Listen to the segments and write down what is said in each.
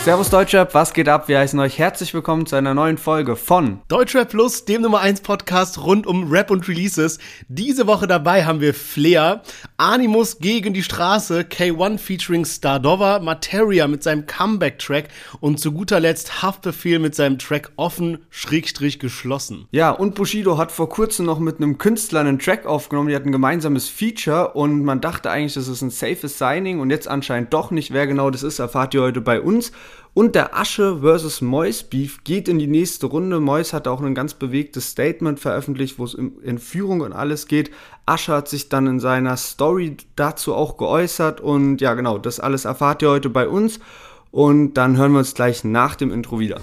Servus Deutschrap, was geht ab? Wir heißen euch herzlich willkommen zu einer neuen Folge von Deutschrap Plus, dem Nummer 1 Podcast rund um Rap und Releases. Diese Woche dabei haben wir Flair, Animus gegen die Straße, K1 featuring Stardova, Materia mit seinem Comeback-Track und zu guter Letzt Haftbefehl mit seinem Track Offen/geschlossen. Ja, und Bushido hat vor kurzem noch mit einem Künstler einen Track aufgenommen, die hatten ein gemeinsames Feature und man dachte eigentlich, das ist ein safes Signing und jetzt anscheinend doch nicht. Wer genau das ist, erfahrt ihr heute bei uns. Und der Asche vs. Mois Beef geht in die nächste Runde. Mois hat auch ein ganz bewegtes Statement veröffentlicht, wo es um Entführung und alles geht. Asche hat sich dann in seiner Story dazu auch geäußert. Und ja, genau, das alles erfahrt ihr heute bei uns. Und dann hören wir uns gleich nach dem Intro wieder.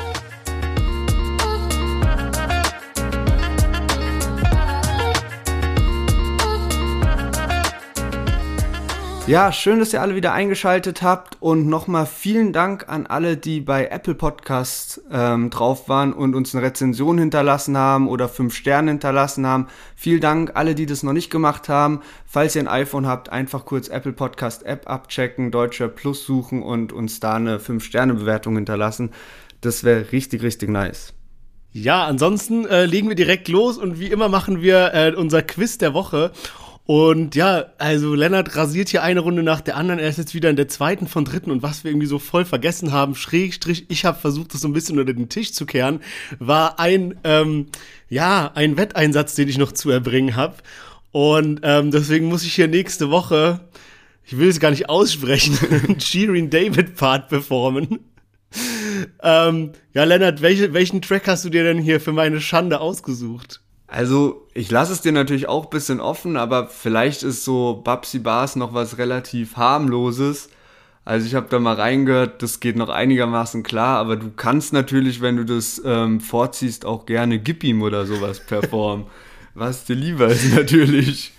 Ja, schön, dass ihr alle wieder eingeschaltet habt und nochmal vielen Dank an alle, die bei Apple Podcasts drauf waren und uns eine Rezension hinterlassen haben oder 5 Sterne hinterlassen haben. Vielen Dank, alle, die das noch nicht gemacht haben. Falls ihr ein iPhone habt, einfach kurz Apple Podcast App abchecken, Deutschrap Plus suchen und uns da eine 5-Sterne-Bewertung hinterlassen. Das wäre richtig, richtig nice. Ja, ansonsten legen wir direkt los und wie immer machen wir unser Quiz der Woche. Und ja, also Lennart rasiert hier eine Runde nach der anderen. Er ist jetzt wieder in der zweiten von dritten. Und was wir irgendwie so voll vergessen haben, Schrägstrich, ich habe versucht, das so ein bisschen unter den Tisch zu kehren, war ein Wetteinsatz, den ich noch zu erbringen habe. Und deswegen muss ich hier nächste Woche, ich will es gar nicht aussprechen, einen Shirin David Part performen. Ja, Lennart, welchen Track hast du dir denn hier für meine Schande ausgesucht? Also, ich lasse es dir natürlich auch ein bisschen offen, aber vielleicht ist so Babsi Bars noch was relativ harmloses. Also ich habe da mal reingehört, das geht noch einigermaßen klar, aber du kannst natürlich, wenn du das vorziehst, auch gerne Gib ihm oder sowas performen. Was dir lieber ist natürlich.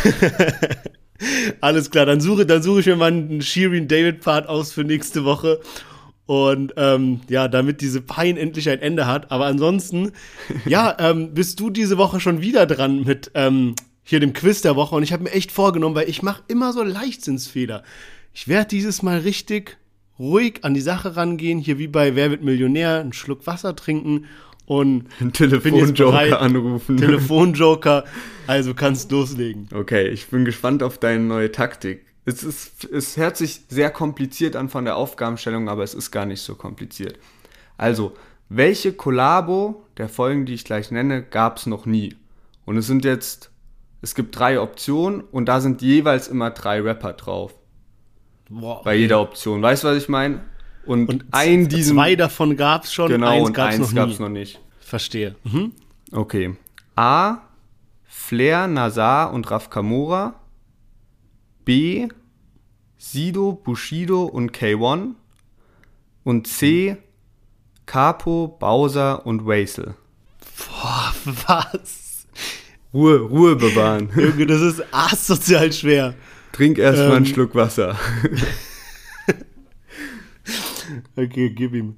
Alles klar, dann suche ich mir mal einen Shirin David Part aus für nächste Woche. Und damit diese Pein endlich ein Ende hat. Aber ansonsten, bist du diese Woche schon wieder dran mit hier dem Quiz der Woche. Und ich habe mir echt vorgenommen, weil ich mache immer so Leichtsinnsfehler. Ich werde dieses Mal richtig ruhig an die Sache rangehen. Hier wie bei Wer wird Millionär, einen Schluck Wasser trinken und einen Telefonjoker anrufen. Telefonjoker, also kannst loslegen. Okay, ich bin gespannt auf deine neue Taktik. Es hört sich sehr kompliziert an von der Aufgabenstellung, aber es ist gar nicht so kompliziert. Also, welche Kollabo der Folgen, die ich gleich nenne, gab es noch nie? Und es gibt 3 Optionen und da sind jeweils immer 3 Rapper drauf. Boah, bei jeder Option. Weißt du, was ich meine? Und 2 davon gab es schon, genau, eins und gab eins noch nicht. Verstehe. Okay. A. Flair, Nazar und Raf Kamora. B. Sido, Bushido und K1. Und C. Capo, Bowser und Waisel. Boah, was? Ruhe bewahren. Junge, das ist asozial schwer. Trink erstmal einen Schluck Wasser. Okay, gib ihm.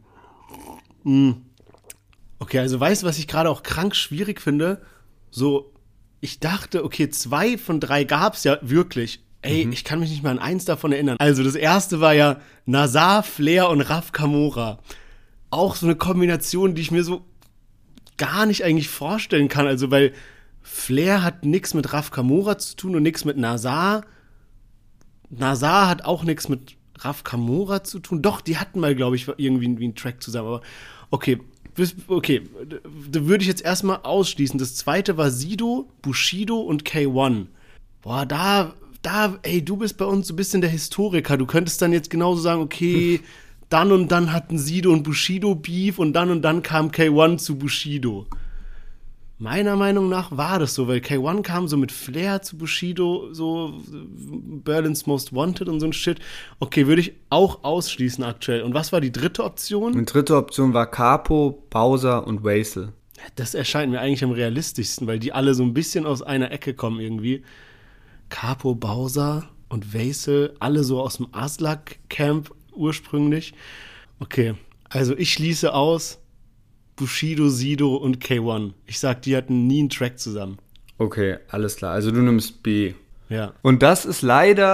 Okay, also weißt du, was ich gerade auch krank schwierig finde? So, ich dachte, okay, 2 von 3 gab's ja wirklich. Ey, ich kann mich nicht mal an eins davon erinnern. Also das erste war ja Nazar, Flair und Raf Kamora. Auch so eine Kombination, die ich mir so gar nicht eigentlich vorstellen kann. Also weil Flair hat nichts mit Raf Kamora zu tun und nichts mit Nazar. Nazar hat auch nichts mit Raf Kamora zu tun. Doch, die hatten mal, glaube ich, irgendwie einen Track zusammen. Aber okay, da würde ich jetzt erstmal ausschließen. Das zweite war Sido, Bushido und K1. Boah, ey, du bist bei uns so ein bisschen der Historiker. Du könntest dann jetzt genauso sagen, okay, dann und dann hatten Sido und Bushido Beef und dann kam K1 zu Bushido. Meiner Meinung nach war das so, weil K1 kam so mit Flair zu Bushido, so Berlin's Most Wanted und so ein Shit. Okay, würde ich auch ausschließen aktuell. Und was war die dritte Option? Die dritte Option war Capo, Bowser und Waisel. Das erscheint mir eigentlich am realistischsten, weil die alle so ein bisschen aus einer Ecke kommen irgendwie. Capo, Bowser und Waisel, alle so aus dem Aslak-Camp ursprünglich. Okay, also ich schließe aus Bushido, Sido und K1. Ich sag, die hatten nie einen Track zusammen. Okay, alles klar. Also du nimmst B. Ja. Und das ist leider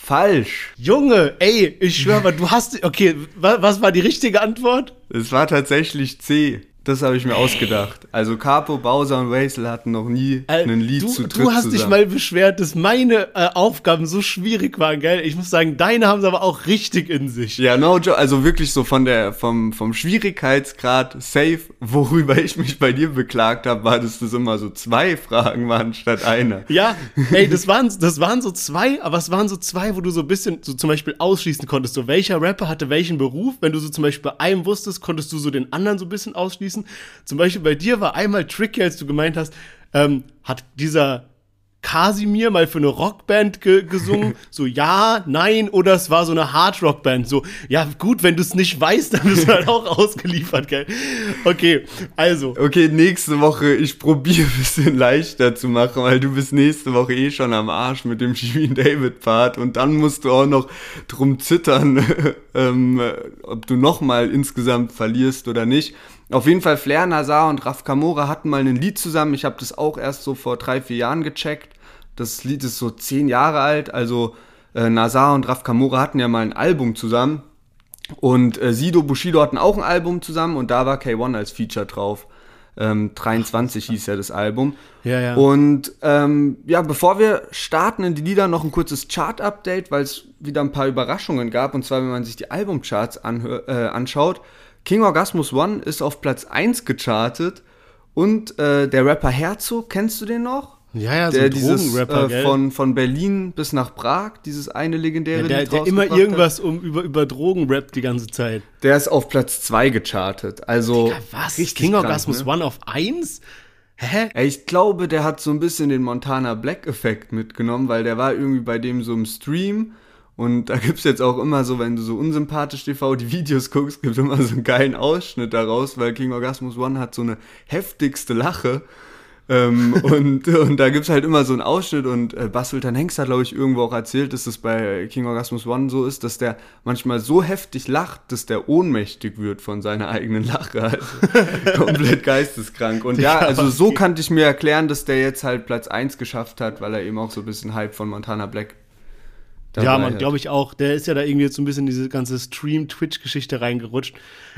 Falsch. Junge, ey, ich schwör mal, du hast, okay, was war die richtige Antwort? Es war tatsächlich C. Das habe ich mir ausgedacht. Also Capo, Bowser und Waisel hatten noch nie ein Lied zu dritt zusammen. Du hast dich mal beschwert, dass meine Aufgaben so schwierig waren, gell? Ich muss sagen, deine haben sie aber auch richtig in sich. Ja, no joke, also wirklich so vom Schwierigkeitsgrad safe. Worüber ich mich bei dir beklagt habe, war, dass das immer so 2 Fragen waren statt einer. Ja, ey, das waren so 2, aber es waren so 2, wo du so ein bisschen so zum Beispiel ausschließen konntest. So, welcher Rapper hatte welchen Beruf? Wenn du so zum Beispiel bei einem wusstest, konntest du so den anderen so ein bisschen ausschließen. Zum Beispiel bei dir war einmal tricky, als du gemeint hast, hat dieser Kasimir mal für eine Rockband gesungen? So, ja, nein, oder es war so eine Hard-Rock-Band. So, ja, gut, wenn du es nicht weißt, dann bist du halt auch ausgeliefert, gell? Okay, also. Okay, nächste Woche, ich probiere ein bisschen leichter zu machen, weil du bist nächste Woche eh schon am Arsch mit dem Shirin David Part und dann musst du auch noch drum zittern, ob du nochmal insgesamt verlierst oder nicht. Auf jeden Fall, Flair, Nazar und Raf Kamora hatten mal ein Lied zusammen. Ich habe das auch erst so vor 3-4 Jahren gecheckt. Das Lied ist so 10 Jahre alt. Also Nazar und Raf Kamora hatten ja mal ein Album zusammen. Und Sido, Bushido hatten auch ein Album zusammen. Und da war K1 als Feature drauf. 23 hieß ja das Album. Ja, ja. Und ja, bevor wir starten in die Lieder, noch ein kurzes Chart-Update, weil es wieder ein paar Überraschungen gab. Und zwar, wenn man sich die Albumcharts anschaut. King Orgasmus One ist auf Platz 1 gechartet und der Rapper Herzog, kennst du den noch? Ja, so der ein Drogenrapper, gell? Von Berlin bis nach Prag, dieses eine legendäre ja, Lied der immer rausgebracht irgendwas über Drogen rappt die ganze Zeit. Der ist auf Platz 2 gechartet, also Digga, was? richtig King krank, Orgasmus ne? One auf 1? Hä? Ich glaube, der hat so ein bisschen den Montana Black-Effekt mitgenommen, weil der war irgendwie bei dem so im Stream. Und da gibt's jetzt auch immer so, wenn du so unsympathisch TV die Videos guckst, gibt immer so einen geilen Ausschnitt daraus, weil King Orgasmus One hat so eine heftigste Lache. Und da gibt's halt immer so einen Ausschnitt und Bas-Sultan Hengst hat, glaube ich, irgendwo auch erzählt, dass es bei King Orgasmus One so ist, dass der manchmal so heftig lacht, dass der ohnmächtig wird von seiner eigenen Lache. Also komplett geisteskrank. Und ja, also so kannte ich mir erklären, dass der jetzt halt Platz 1 geschafft hat, weil er eben auch so ein bisschen Hype von Montana Black ja, man, glaube ich auch. Der ist ja da irgendwie jetzt so ein bisschen in diese ganze Stream-Twitch-Geschichte reingerutscht.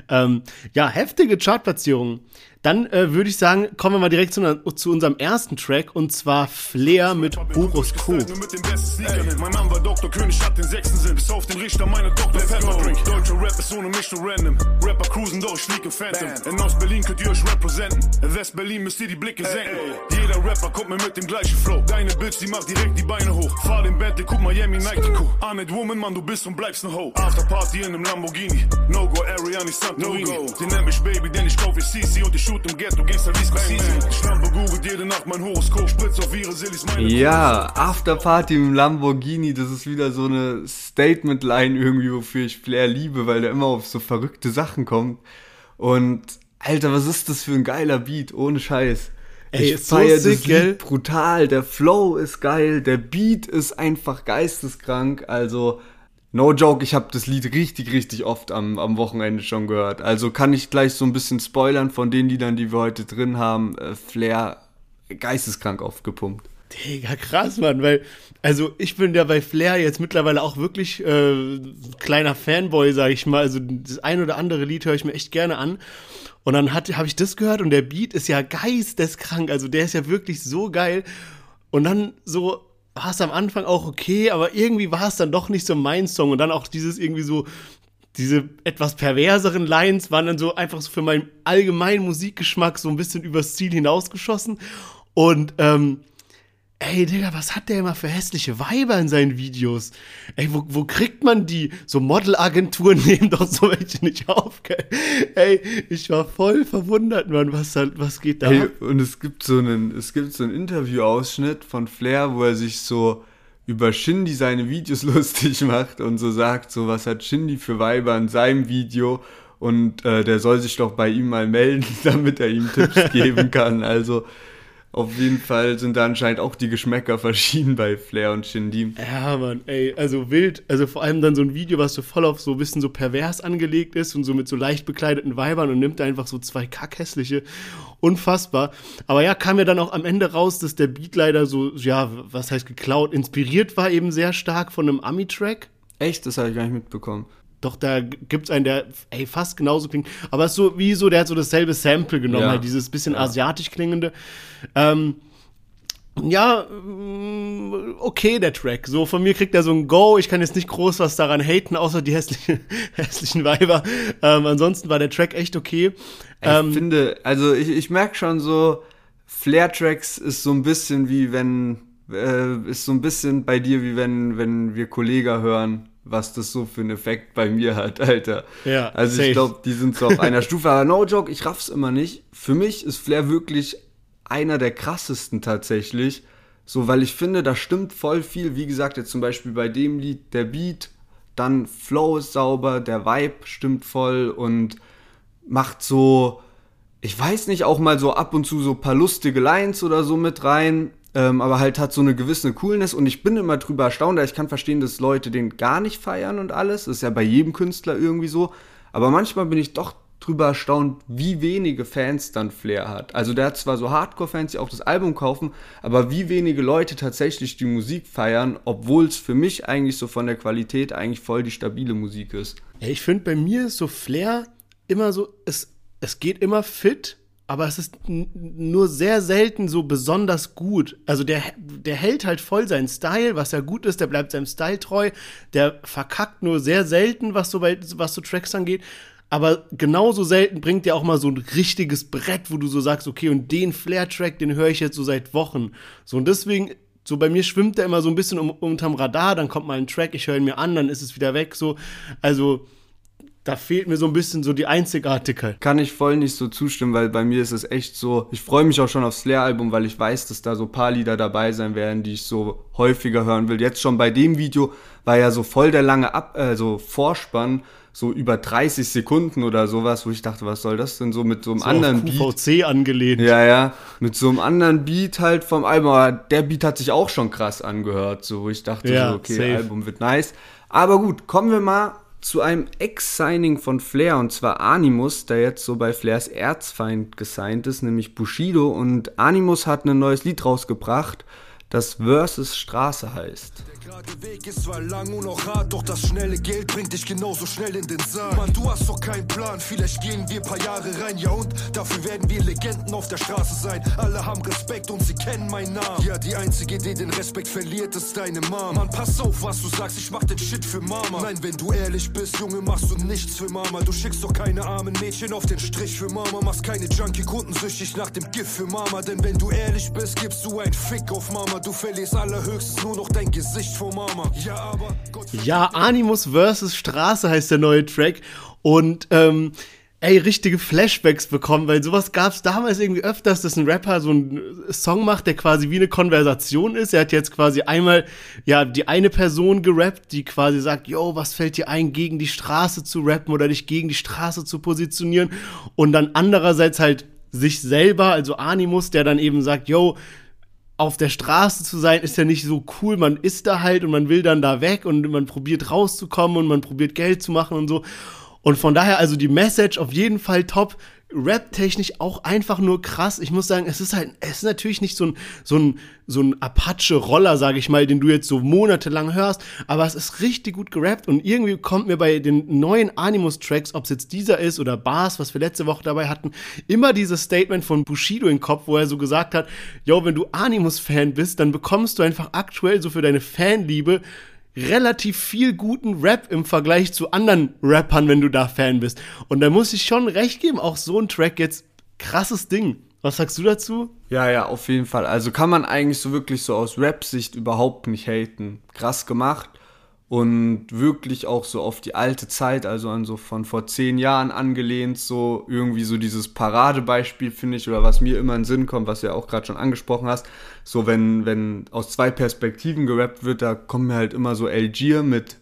Ja, heftige Chartplatzierungen. Dann würde ich sagen, kommen wir mal direkt zu unserem ersten Track, und zwar Flair mit Horoskop. Mit den besten Sneakern. Mein Name war Dr. König, hat den 6. Sinn. Bis auf den Richter, meine Dr. Pepper Drink. Deutscher Rap ist ohne mich nur random. Rapper cruisen, doch ich flieg im Phantom. In Ost-Berlin könnt ihr euch representen. In West-Berlin müsst ihr die Blicke senken. Jeder Rapper kommt mir mit dem gleichen Flow. Deine Bitch, die macht direkt die Beine hoch. Fahr den Bentley, guck Miami, Nike Co. Arnett Woman, Mann, du bist und bleibst ne Ho. Afterparty in nem Lamborghini. No-Go, Ariani, Santorini. Die nennt mich Baby, denn ich kauf ich CC und ich shoot im Ghetto, Gangster wie Scorsese. Ich stampfe googelt jede Nacht mein Horoskop. Spritz auf ihre Sillis, meine Ja, Afterparty im Lamborghini, das ist wieder so eine Statement-Line irgendwie, wofür ich Flair liebe, weil der immer auf so verrückte Sachen kommt. Und, Alter, was ist das für ein geiler Beat, ohne Scheiß. Ey, Ich feier das Lied brutal, der Flow ist geil, der Beat ist einfach geisteskrank, also no joke, ich habe das Lied richtig, richtig oft am Wochenende schon gehört. Also kann ich gleich so ein bisschen spoilern von den Liedern, die wir heute drin haben. Flair geisteskrank oft gepumpt. Digga, krass, Mann, weil, also ich bin ja bei Flair jetzt mittlerweile auch wirklich kleiner Fanboy, sag ich mal. Also das ein oder andere Lied höre ich mir echt gerne an. Und dann habe ich das gehört und der Beat ist ja geisteskrank, also der ist ja wirklich so geil. Und dann so war es am Anfang auch okay, aber irgendwie war es dann doch nicht so mein Song. Und dann auch dieses irgendwie so, diese etwas perverseren Lines waren dann so einfach so für meinen allgemeinen Musikgeschmack so ein bisschen übers Ziel hinausgeschossen. Und ey, Digga, was hat der immer für hässliche Weiber in seinen Videos? Ey, wo kriegt man die? So Modelagenturen nehmen doch so welche nicht auf, gell? Ey, ich war voll verwundert, Mann, was geht da ab? Und es gibt so einen Interview-Ausschnitt von Flair, wo er sich so über Shindy seine Videos lustig macht und so sagt, so was hat Shindy für Weiber in seinem Video und der soll sich doch bei ihm mal melden, damit er ihm Tipps geben kann. Also Auf jeden Fall sind da anscheinend auch die Geschmäcker verschieden bei Flair und Shindy. Ja, Mann, ey, also wild, also vor allem dann so ein Video, was so voll auf so ein bisschen so pervers angelegt ist und so mit so leicht bekleideten Weibern und nimmt da einfach so 2 kackhässliche, unfassbar. Aber ja, kam ja dann auch am Ende raus, dass der Beat leider so, ja, was heißt geklaut, inspiriert war eben sehr stark von einem Ami-Track. Echt? Das habe ich gar nicht mitbekommen. Doch, da gibt's einen, der fast genauso klingt. Aber es ist so wie so, der hat so dasselbe Sample genommen, Ja. halt dieses bisschen asiatisch klingende. Okay, der Track. So, von mir kriegt er so ein Go. Ich kann jetzt nicht groß was daran haten, außer die hässlichen Weiber. Ansonsten war der Track echt okay. Ich finde, also ich merke schon so, Flair-Tracks ist so ein bisschen wie ist so ein bisschen bei dir, wie wenn wir Kollega hören, was das so für einen Effekt bei mir hat, Alter. Ja, also safe. ich glaube, die sind so auf einer Stufe, aber no joke, ich raff's immer nicht. Für mich ist Flair wirklich einer der krassesten tatsächlich, so, weil ich finde, da stimmt voll viel, wie gesagt, jetzt zum Beispiel bei dem Lied, der Beat, dann Flow ist sauber, der Vibe stimmt voll und macht so, ich weiß nicht, auch mal so ab und zu so ein paar lustige Lines oder so mit rein, aber halt hat so eine gewisse Coolness und ich bin immer drüber erstaunt, ich kann verstehen, dass Leute den gar nicht feiern und alles, das ist ja bei jedem Künstler irgendwie so, aber manchmal bin ich doch drüber erstaunt, wie wenige Fans dann Flair hat. Also der hat zwar so Hardcore-Fans, die auch das Album kaufen, aber wie wenige Leute tatsächlich die Musik feiern, obwohl es für mich eigentlich so von der Qualität eigentlich voll die stabile Musik ist. Ja, ich finde, bei mir ist so Flair immer so, es geht immer fit, aber es ist nur sehr selten so besonders gut. Also der hält halt voll seinen Style, was ja gut ist, der bleibt seinem Style treu, der verkackt nur sehr selten, was so Tracks angeht. Aber genauso selten bringt der auch mal so ein richtiges Brett, wo du so sagst, okay, und den Flair-Track, den höre ich jetzt so seit Wochen. So, und deswegen, so bei mir schwimmt der immer so ein bisschen unterm Radar, dann kommt mal ein Track, ich höre ihn mir an, dann ist es wieder weg, so. Also, da fehlt mir so ein bisschen so die Einzigartigkeit. Kann ich voll nicht so zustimmen, weil bei mir ist es echt so, ich freue mich auch schon aufs Flair-Album, weil ich weiß, dass da so ein paar Lieder dabei sein werden, die ich so häufiger hören will. Jetzt schon bei dem Video war ja so voll der lange Vorspann, so über 30 Sekunden oder sowas, wo ich dachte, was soll das denn so mit so einem So anderen auf Beat? QVC angelehnt. Ja, mit so einem anderen Beat halt vom Album, aber der Beat hat sich auch schon krass angehört, so wo ich dachte, Ja, so, okay, safe. Album wird nice. Aber gut, kommen wir mal zu einem Ex-Signing von Flair, und zwar Animus, der jetzt so bei Flairs Erzfeind gesigned ist, nämlich Bushido, und Animus hat ein neues Lied rausgebracht, das Versus Straße heißt. Der gerade Weg ist zwar lang und auch hart, doch das schnelle Geld bringt dich genauso schnell in den Saal. Mann, du hast doch keinen Plan, vielleicht gehen wir paar Jahre rein, ja und dafür werden wir Legenden auf der Straße sein. Alle haben Respekt und sie kennen meinen Namen. Ja, die einzige, die den Respekt verliert, ist deine Mama. Mann, pass auf, was du sagst, ich mach den Shit für Mama. Nein, wenn du ehrlich bist, Junge, machst du nichts für Mama. Du schickst doch keine armen Mädchen auf den Strich für Mama. Machst keine Junkie-Kunden süchtig nach dem Gift für Mama. Denn wenn du ehrlich bist, gibst du ein Fick auf Mama. Du verlierst allerhöchstens nur noch dein Gesicht vor Mama. Ja, aber Gott Ja, Animus vs. Straße heißt der neue Track. Und, richtige Flashbacks bekommen, weil sowas gab's damals irgendwie öfters, dass ein Rapper so einen Song macht, der quasi wie eine Konversation ist. Er hat jetzt quasi einmal, ja, die eine Person gerappt, die quasi sagt, yo, was fällt dir ein, gegen die Straße zu rappen oder dich gegen die Straße zu positionieren? Und dann andererseits halt sich selber, also Animus, der dann eben sagt, yo, auf der Straße zu sein, ist ja nicht so cool, man ist da halt und man will dann da weg und man probiert rauszukommen und man probiert Geld zu machen und so. Und von daher, also die Message auf jeden Fall top, Rap-technisch auch einfach nur krass. Ich muss sagen, es ist natürlich nicht so ein Apache-Roller, sage ich mal, den du jetzt so monatelang hörst, aber es ist richtig gut gerappt und irgendwie kommt mir bei den neuen Animus-Tracks, ob es jetzt dieser ist oder Bars, was wir letzte Woche dabei hatten, immer dieses Statement von Bushido in den Kopf, wo er so gesagt hat, yo, wenn du Animus-Fan bist, dann bekommst du einfach aktuell so für deine Fanliebe relativ viel guten Rap im Vergleich zu anderen Rappern, wenn du da Fan bist. Und da muss ich schon recht geben, auch so ein Track jetzt, krasses Ding. Was sagst du dazu? Ja, auf jeden Fall. Also kann man eigentlich so wirklich so aus Rap-Sicht überhaupt nicht haten. Krass gemacht und wirklich auch so auf die alte Zeit, also an so von vor 10 Jahren angelehnt, so irgendwie so dieses Paradebeispiel, finde ich, oder was mir immer in den Sinn kommt, was du ja auch gerade schon angesprochen hast, so wenn aus 2 Perspektiven gerappt wird, da kommt mir halt immer so Algier mit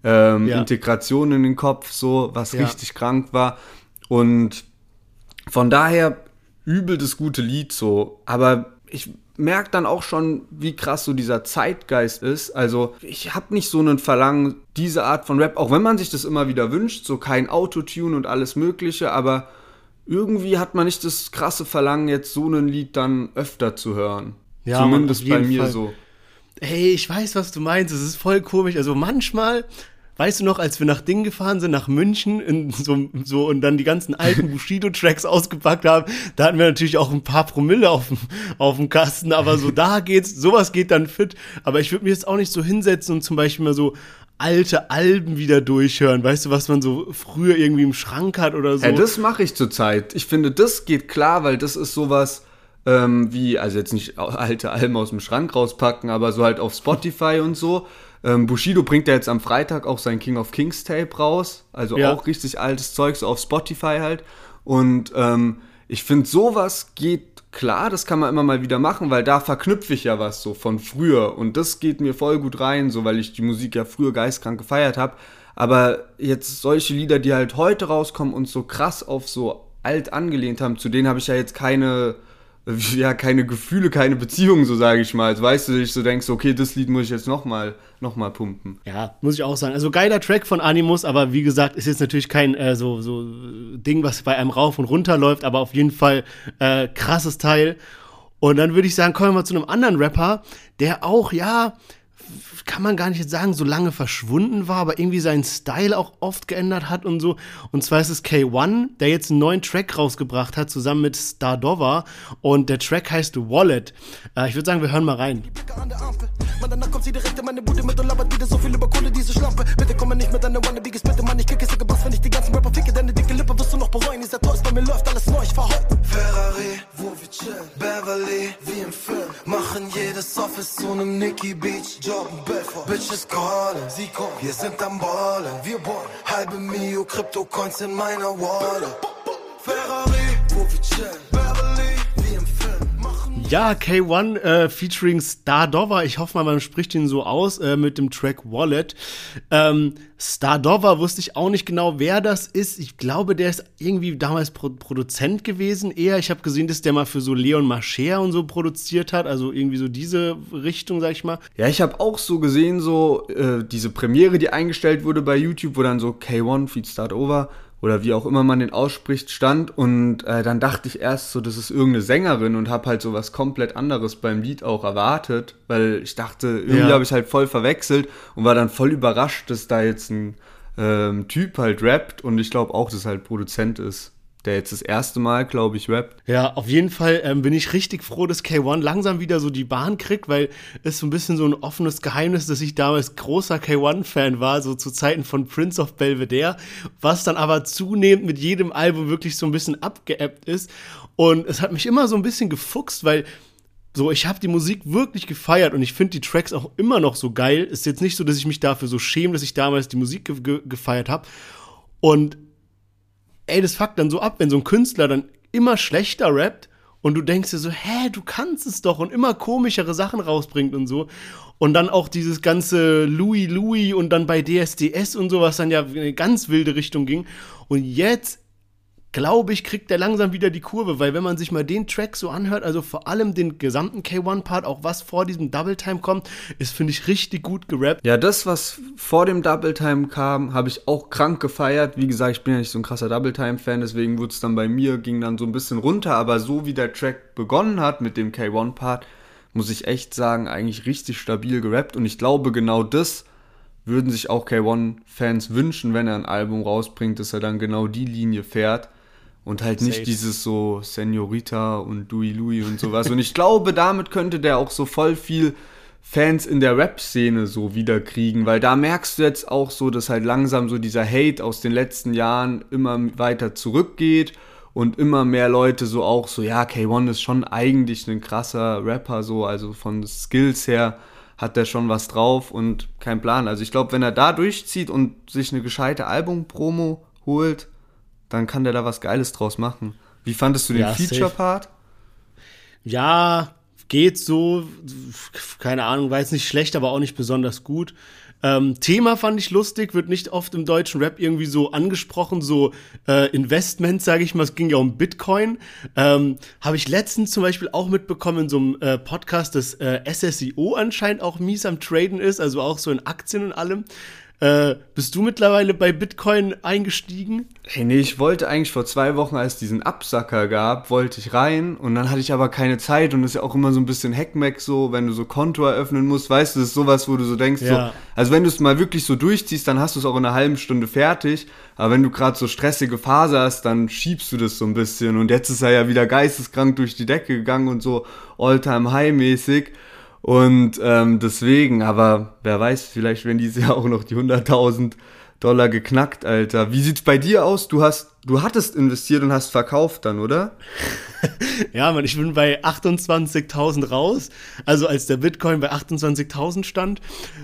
Integration in den Kopf, so, was richtig krank war, und von daher übel das gute Lied so, aber ich merke dann auch schon, wie krass so dieser Zeitgeist ist. Also ich habe nicht so einen Verlangen, diese Art von Rap, auch wenn man sich das immer wieder wünscht, so kein Autotune und alles Mögliche, aber irgendwie hat man nicht das krasse Verlangen, jetzt so ein Lied dann öfter zu hören. Ja, zumindest bei mir Fall. so. Hey, ich weiß, was du meinst. Es ist voll komisch. Also manchmal, weißt du noch, als wir nach Ding gefahren sind, nach München, und dann die ganzen alten Bushido-Tracks ausgepackt haben, da hatten wir natürlich auch ein paar Promille auf dem Kasten, aber so sowas geht dann fit. Aber ich würde mir jetzt auch nicht so hinsetzen und zum Beispiel mal so alte Alben wieder durchhören. Weißt du, was man so früher irgendwie im Schrank hat oder so? Ja, das mache ich zurzeit. Ich finde, das geht klar, weil das ist sowas wie, also jetzt nicht alte Alben aus dem Schrank rauspacken, aber so halt auf Spotify und so. Bushido bringt ja jetzt am Freitag auch sein King of Kings Tape raus, also auch richtig altes Zeug, so auf Spotify halt. Und ich finde, sowas geht klar, das kann man immer mal wieder machen, weil da verknüpfe ich ja was so von früher. Und das geht mir voll gut rein, so weil ich die Musik ja früher geistkrank gefeiert habe. Aber jetzt solche Lieder, die halt heute rauskommen und so krass auf so alt angelehnt haben, zu denen habe ich ja jetzt keine Gefühle, keine Beziehung, so sage ich mal. Also weißt du, ich so denkst, okay, das Lied muss ich jetzt noch mal pumpen. Ja, muss ich auch sagen. Also geiler Track von Animus, aber wie gesagt, ist jetzt natürlich kein so Ding, was bei einem rauf und runter läuft, aber auf jeden Fall krasses Teil. Und dann würde ich sagen, kommen wir mal zu einem anderen Rapper, der auch, kann man gar nicht jetzt sagen, so lange verschwunden war, aber irgendwie seinen Style auch oft geändert hat und so. Und zwar ist es K1, der jetzt einen neuen Track rausgebracht hat, zusammen mit Stardova. Und der Track heißt Wallet. Ich würde sagen, wir hören mal rein. Mann, danach kommt sie direkt in meine Bude mit und labert wieder so viel über Kohle, diese Schlampe. Bitte komm mal nicht mit deiner Wannabigis, bitte Mann, ich kicke so gebass, wenn ich die ganzen Rapper ficke. Deine dicke Lippe wirst du noch bereuen, dieser Toys, bei mir läuft alles neu, ich fahr heute. Ferrari, wo wir chillen, Beverly, wie im Film. Machen jedes Office zu nem Nicky Beach, joggen Belfort. Bitches callen, sie kommen, wir sind am Ballen. Wir ballen, halbe Mio, Krypto-Coins in meiner Wallet. Ferrari, wo wir chillen, Beverly, wie im Film. Ja, K1 featuring Stardova, ich hoffe mal, man spricht ihn so aus, mit dem Track Wallet. Stardova wusste ich auch nicht genau, wer das ist. Ich glaube, der ist irgendwie damals Produzent gewesen eher. Ich habe gesehen, dass der mal für so Leon Mascher und so produziert hat, also irgendwie so diese Richtung, sag ich mal. Ja, ich habe auch so gesehen, so diese Premiere, die eingestellt wurde bei YouTube, wo dann so K1 feat. Stardova oder wie auch immer man den ausspricht, stand und dann dachte ich erst so, das ist irgendeine Sängerin und habe halt so was komplett anderes beim Lied auch erwartet, weil ich dachte, irgendwie habe ich halt voll verwechselt und war dann voll überrascht, dass da jetzt ein Typ halt rappt und ich glaube auch, dass halt Produzent ist, der jetzt das erste Mal, glaube ich, rappt. Ja, auf jeden Fall bin ich richtig froh, dass K1 langsam wieder so die Bahn kriegt, weil es so ein bisschen so ein offenes Geheimnis, dass ich damals großer K1-Fan war, so zu Zeiten von Prince of Belvedere, was dann aber zunehmend mit jedem Album wirklich so ein bisschen abgeebbt ist. Und es hat mich immer so ein bisschen gefuchst, weil so, ich habe die Musik wirklich gefeiert und ich finde die Tracks auch immer noch so geil. Ist jetzt nicht so, dass ich mich dafür so schäme, dass ich damals die Musik gefeiert habe. Und das fuckt dann so ab, wenn so ein Künstler dann immer schlechter rappt und du denkst dir so, du kannst es doch und immer komischere Sachen rausbringt und so. Und dann auch dieses ganze Louis und dann bei DSDS und so, was dann ja in eine ganz wilde Richtung ging. Und jetzt, glaube ich, kriegt der langsam wieder die Kurve, weil wenn man sich mal den Track so anhört, also vor allem den gesamten K1-Part, auch was vor diesem Double Time kommt, ist, finde ich, richtig gut gerappt. Ja, das, was vor dem Double Time kam, habe ich auch krank gefeiert. Wie gesagt, ich bin ja nicht so ein krasser Double Time-Fan, deswegen wurde es dann bei mir, ging dann so ein bisschen runter, aber so wie der Track begonnen hat mit dem K1-Part, muss ich echt sagen, eigentlich richtig stabil gerappt und ich glaube, genau das würden sich auch K1-Fans wünschen, wenn er ein Album rausbringt, dass er dann genau die Linie fährt. Und halt nicht Safe. dieses so Senorita und Louis und sowas. Und ich glaube, damit könnte der auch so voll viel Fans in der Rap-Szene so wiederkriegen. Weil da merkst du jetzt auch so, dass halt langsam so dieser Hate aus den letzten Jahren immer weiter zurückgeht. Und immer mehr Leute so auch so, ja, K1 ist schon eigentlich ein krasser Rapper so. Also von Skills her hat der schon was drauf und kein Plan. Also ich glaube, wenn er da durchzieht und sich eine gescheite Album-Promo holt, dann kann der da was Geiles draus machen. Wie fandest du den Feature-Part? Ja, geht so. Keine Ahnung, war jetzt nicht schlecht, aber auch nicht besonders gut. Thema fand ich lustig, wird nicht oft im deutschen Rap irgendwie so angesprochen, so Investments, sage ich mal, es ging ja um Bitcoin. Habe ich letztens zum Beispiel auch mitbekommen in so einem Podcast, dass SSIO anscheinend auch mies am Traden ist, also auch so in Aktien und allem. Bist du mittlerweile bei Bitcoin eingestiegen? Hey, nee, ich wollte eigentlich vor 2 Wochen, als es diesen Absacker gab, wollte ich rein und dann hatte ich aber keine Zeit und das ist ja auch immer so ein bisschen Hackmack so, wenn du so Konto eröffnen musst, weißt du, das ist sowas, wo du so denkst, Ja. so, also wenn du es mal wirklich so durchziehst, dann hast du es auch in einer halben Stunde fertig, aber wenn du gerade so stressige Phase hast, dann schiebst du das so ein bisschen und jetzt ist er ja wieder geisteskrank durch die Decke gegangen und so All-Time-High-mäßig. Und deswegen, aber wer weiß, vielleicht werden dieses Jahr auch noch die $100.000 geknackt, Alter. Wie sieht's bei dir aus? Du hattest investiert und hast verkauft dann, oder? Ja, Mann, ich bin bei 28.000 raus, also als der Bitcoin bei 28.000 stand.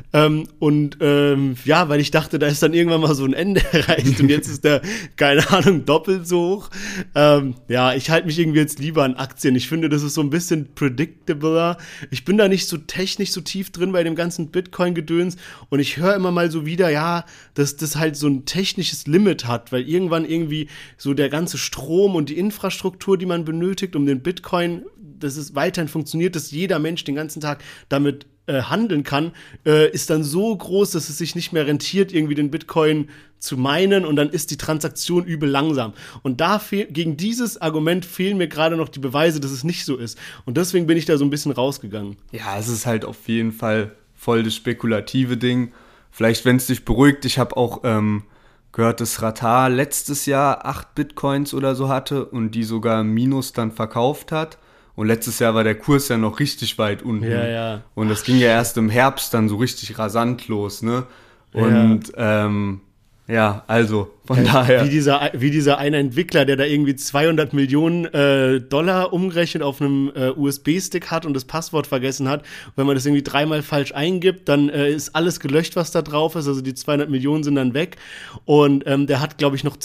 Ja, weil ich dachte, da ist dann irgendwann mal so ein Ende erreicht und jetzt ist der, keine Ahnung, doppelt so hoch. Ja, ich halte mich irgendwie jetzt lieber an Aktien. Ich finde, das ist so ein bisschen predictabler. Ich bin da nicht so technisch so tief drin bei dem ganzen Bitcoin-Gedöns und ich höre immer mal so wieder, ja, dass das halt so ein technisches Limit hat, weil irgendwann irgendwie so der ganze Strom und die Infrastruktur, die man benötigt, um den Bitcoin, dass es weiterhin funktioniert, dass jeder Mensch den ganzen Tag damit handeln kann, ist dann so groß, dass es sich nicht mehr rentiert, irgendwie den Bitcoin zu meinen und dann ist die Transaktion übel langsam. Und gegen dieses Argument fehlen mir gerade noch die Beweise, dass es nicht so ist. Und deswegen bin ich da so ein bisschen rausgegangen. Ja, es ist halt auf jeden Fall voll das spekulative Ding. Vielleicht, wenn es dich beruhigt, ich habe auch gehört, dass Ratar letztes Jahr 8 Bitcoins oder so hatte und die sogar im Minus dann verkauft hat. Und letztes Jahr war der Kurs ja noch richtig weit unten. Ja, ja. Und das ging ja erst im Herbst dann so richtig rasant los, ne? Und ja, also von daher. Wie dieser eine Entwickler, der da irgendwie 200 Millionen Dollar umgerechnet auf einem USB-Stick hat und das Passwort vergessen hat. Und wenn man das irgendwie 3-mal falsch eingibt, dann ist alles gelöscht, was da drauf ist. Also die 200 Millionen sind dann weg. Und der hat, glaube ich, noch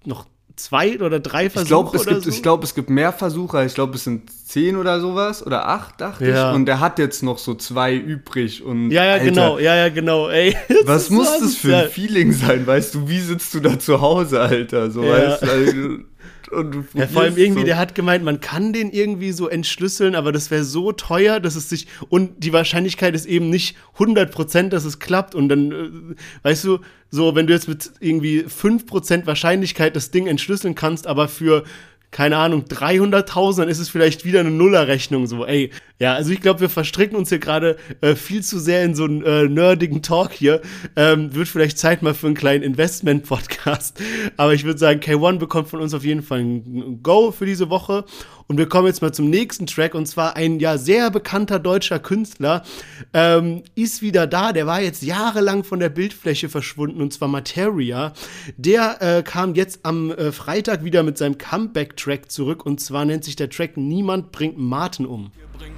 2 oder 3 Versuche Ich glaube, es gibt mehr Versuche. Ich glaube, es sind 10 oder sowas oder 8, dachte ich. Und der hat jetzt noch so 2 übrig. Und ja, Alter, genau. Ey, was muss das für ein Feeling sein? Weißt du, wie sitzt du da zu Hause, Alter? So, weißt du, also, und du ja, vor allem irgendwie, so. der hat gemeint, man kann den irgendwie so entschlüsseln, aber das wäre so teuer, dass es sich, und die Wahrscheinlichkeit ist eben nicht 100%, dass es klappt und dann, weißt du, so, wenn du jetzt mit irgendwie 5% Wahrscheinlichkeit das Ding entschlüsseln kannst, aber für, keine Ahnung, 300.000, dann ist es vielleicht wieder eine Nullerrechnung, so, ey. Ja, also ich glaube, wir verstricken uns hier gerade viel zu sehr in so einen nerdigen Talk hier. Wird vielleicht Zeit mal für einen kleinen Investment-Podcast. Aber ich würde sagen, K1 bekommt von uns auf jeden Fall ein Go für diese Woche. Und wir kommen jetzt mal zum nächsten Track, und zwar ein ja sehr bekannter deutscher Künstler ist wieder da. Der war jetzt jahrelang von der Bildfläche verschwunden, und zwar Materia. Der kam jetzt am Freitag wieder mit seinem Comeback-Track zurück, und zwar nennt sich der Track Niemand bringt Martin um.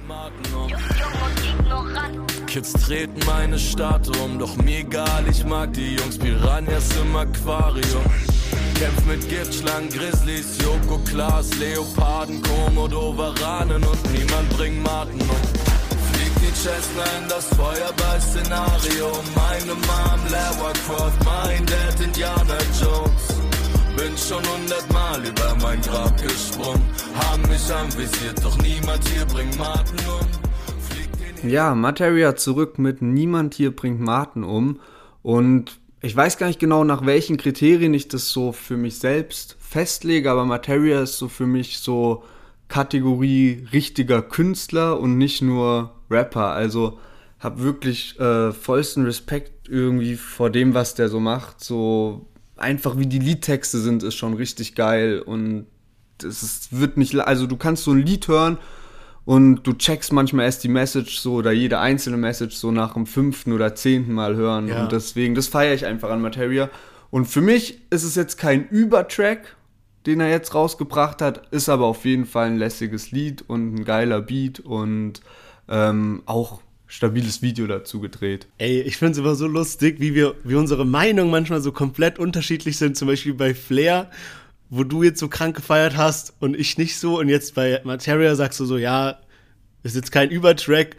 Kids treten meine Stadt um, doch mir egal, ich mag die Jungs, Piranhas im Aquarium. Kämpf mit Giftschlangen, Grizzlies, Joko, Klaas, Leoparden, Komodo, Varanen und niemand bringt Martin um. Fliegt die Cessna in das Feuerball-Szenario, meine Mom, Lara Croft, mein Dad, Indiana Jones. Bin schon 100-mal über mein Grab gesprungen, haben mich anvisiert, doch niemand hier bringt Martin um. Ja, Materia zurück mit Niemand hier bringt Martin um. Und ich weiß gar nicht genau, nach welchen Kriterien ich das so für mich selbst festlege, aber Materia ist so für mich so Kategorie richtiger Künstler und nicht nur Rapper. Also hab wirklich vollsten Respekt irgendwie vor dem, was der so macht. So einfach wie die Liedtexte sind, ist schon richtig geil. Und wird nicht, also du kannst so ein Lied hören und du checkst manchmal erst die Message so oder jede einzelne Message so nach dem 5. oder 10. Mal hören. Ja. Und deswegen, das feiere ich einfach an Materia. Und für mich ist es jetzt kein Übertrack, den er jetzt rausgebracht hat, ist aber auf jeden Fall ein lässiges Lied und ein geiler Beat und auch stabiles Video dazu gedreht. Ey, ich finde es immer so lustig, wie unsere Meinungen manchmal so komplett unterschiedlich sind. Zum Beispiel bei Flair, wo du jetzt so krank gefeiert hast und ich nicht so. Und jetzt bei Materia sagst du so, ja, ist jetzt kein Übertrack.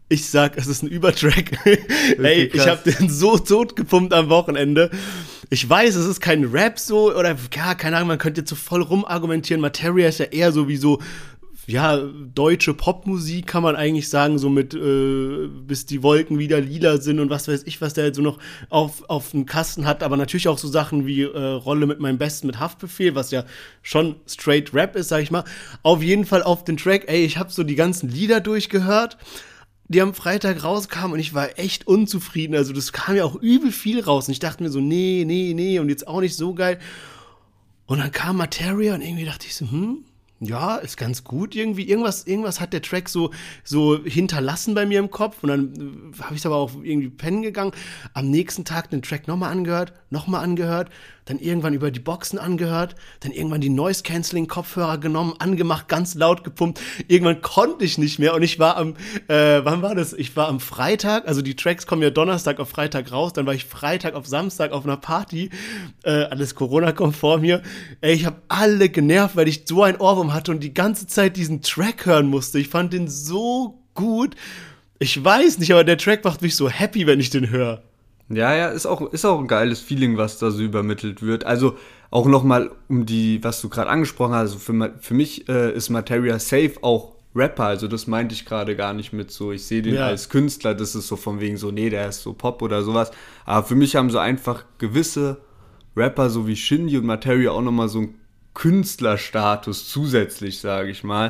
Ich sag, es ist ein Übertrack. Ey, ich hab den so tot gepumpt am Wochenende. Ich weiß, es ist kein Rap so, oder ja, keine Ahnung, man könnte jetzt so voll rumargumentieren. Materia ist ja eher so wie so, ja, deutsche Popmusik, kann man eigentlich sagen, so mit bis die Wolken wieder lila sind und was weiß ich, was der jetzt so noch auf dem Kasten hat. Aber natürlich auch so Sachen wie Rolle mit meinem Besten mit Haftbefehl, was ja schon straight Rap ist, sag ich mal. Auf jeden Fall auf den Track, ey, ich hab so die ganzen Lieder durchgehört, die am Freitag rauskamen und ich war echt unzufrieden. Also das kam ja auch übel viel raus und ich dachte mir so, nee und jetzt auch nicht so geil. Und dann kam Materia und irgendwie dachte ich so, ja, ist ganz gut irgendwie. Irgendwas hat der Track so hinterlassen bei mir im Kopf. Und dann habe ich es aber auch irgendwie pennen gegangen. Am nächsten Tag den Track nochmal angehört, dann irgendwann über die Boxen angehört, dann irgendwann die Noise-Canceling-Kopfhörer genommen, angemacht, ganz laut gepumpt. Irgendwann konnte ich nicht mehr und ich war wann war das? Ich war am Freitag, also die Tracks kommen ja Donnerstag auf Freitag raus, dann war ich Freitag auf Samstag auf einer Party, alles Corona-konform hier. Ey, ich habe alle genervt, weil ich so ein Ohrwurm hatte und die ganze Zeit diesen Track hören musste. Ich fand den so gut. Ich weiß nicht, aber der Track macht mich so happy, wenn ich den höre. Ja, ist auch ein geiles Feeling, was da so übermittelt wird. Also auch nochmal was du gerade angesprochen hast, also für mich ist Materia safe auch Rapper, also das meinte ich gerade gar nicht mit so, ich sehe den als Künstler, das ist so von wegen so, nee, der ist so Pop oder sowas. Aber für mich haben so einfach gewisse Rapper, so wie Shindy und Materia, auch nochmal so einen Künstlerstatus zusätzlich, sage ich mal.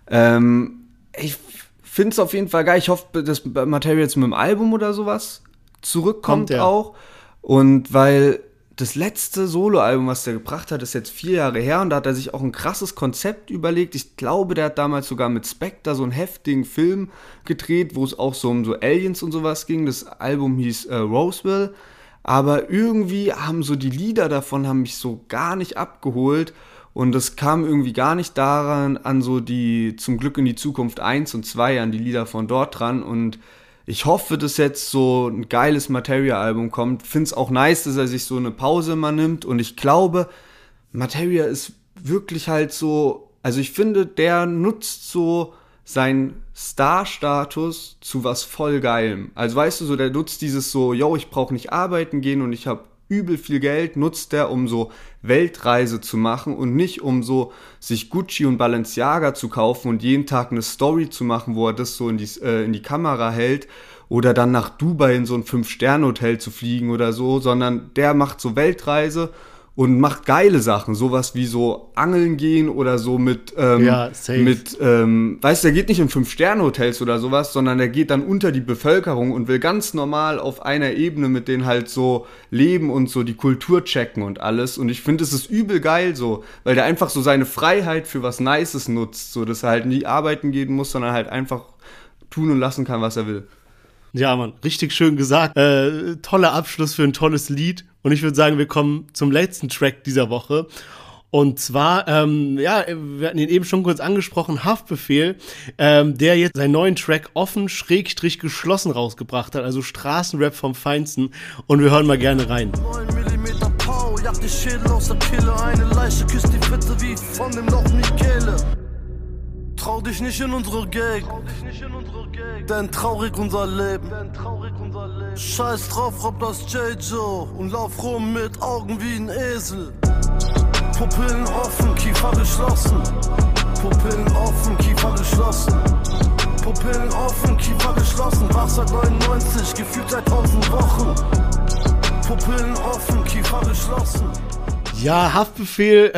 Ich finde es auf jeden Fall geil. Ich hoffe, dass Materia jetzt mit dem Album oder sowas zurückkommt auch. Und weil das letzte Soloalbum, was der gebracht hat, ist jetzt 4 Jahre her und da hat er sich auch ein krasses Konzept überlegt. Ich glaube, der hat damals sogar mit Spectre so einen heftigen Film gedreht, wo es auch so um so Aliens und sowas ging. Das Album hieß Roswell. Aber irgendwie haben so die Lieder davon haben mich so gar nicht abgeholt und es kam irgendwie gar nicht daran an so die Zum Glück in die Zukunft 1 und 2 an die Lieder von dort dran und ich hoffe, dass jetzt so ein geiles Materia-Album kommt. Find's auch nice, dass er sich so eine Pause mal nimmt. Und ich glaube, Materia ist wirklich halt so, also ich finde, der nutzt so seinen Star-Status zu was voll Geilem. Also weißt du, so der nutzt dieses so, yo, ich brauche nicht arbeiten gehen und ich habe übel viel Geld, nutzt der, um so Weltreise zu machen und nicht um so sich Gucci und Balenciaga zu kaufen und jeden Tag eine Story zu machen, wo er das so in die Kamera hält oder dann nach Dubai in so ein 5-Sterne-Hotel zu fliegen oder so, sondern der macht so Weltreise und macht geile Sachen, sowas wie so Angeln gehen oder so weißt du, der geht nicht in 5-Sterne-Hotels oder sowas, sondern der geht dann unter die Bevölkerung und will ganz normal auf einer Ebene mit denen halt so leben und so die Kultur checken und alles. Und ich finde, es ist übel geil so, weil der einfach so seine Freiheit für was Nices nutzt, so dass er halt nie arbeiten gehen muss, sondern halt einfach tun und lassen kann, was er will. Ja, Mann, richtig schön gesagt. Toller Abschluss für ein tolles Lied. Und ich würde sagen, wir kommen zum letzten Track dieser Woche. Und zwar, wir hatten ihn eben schon kurz angesprochen, Haftbefehl, der jetzt seinen neuen Track offen/geschlossen rausgebracht hat. Also Straßenrap vom Feinsten. Und wir hören mal gerne rein. 9 mm Pow, jagt die Schädel aus der Kille. Eine Leiche küsst die Fitte wie von dem Loch Michele. Trau dich nicht in unsere Gang, denn traurig unser Leben. Scheiß drauf, robb das J-Joe und lauf rum mit Augen wie ein Esel. Pupillen offen, Kiefer geschlossen. Pupillen offen, Kiefer geschlossen. Pupillen offen, Kiefer geschlossen. Wach seit 99, gefühlt seit 1000 Wochen. Pupillen offen, Kiefer geschlossen. Ja, Haftbefehl,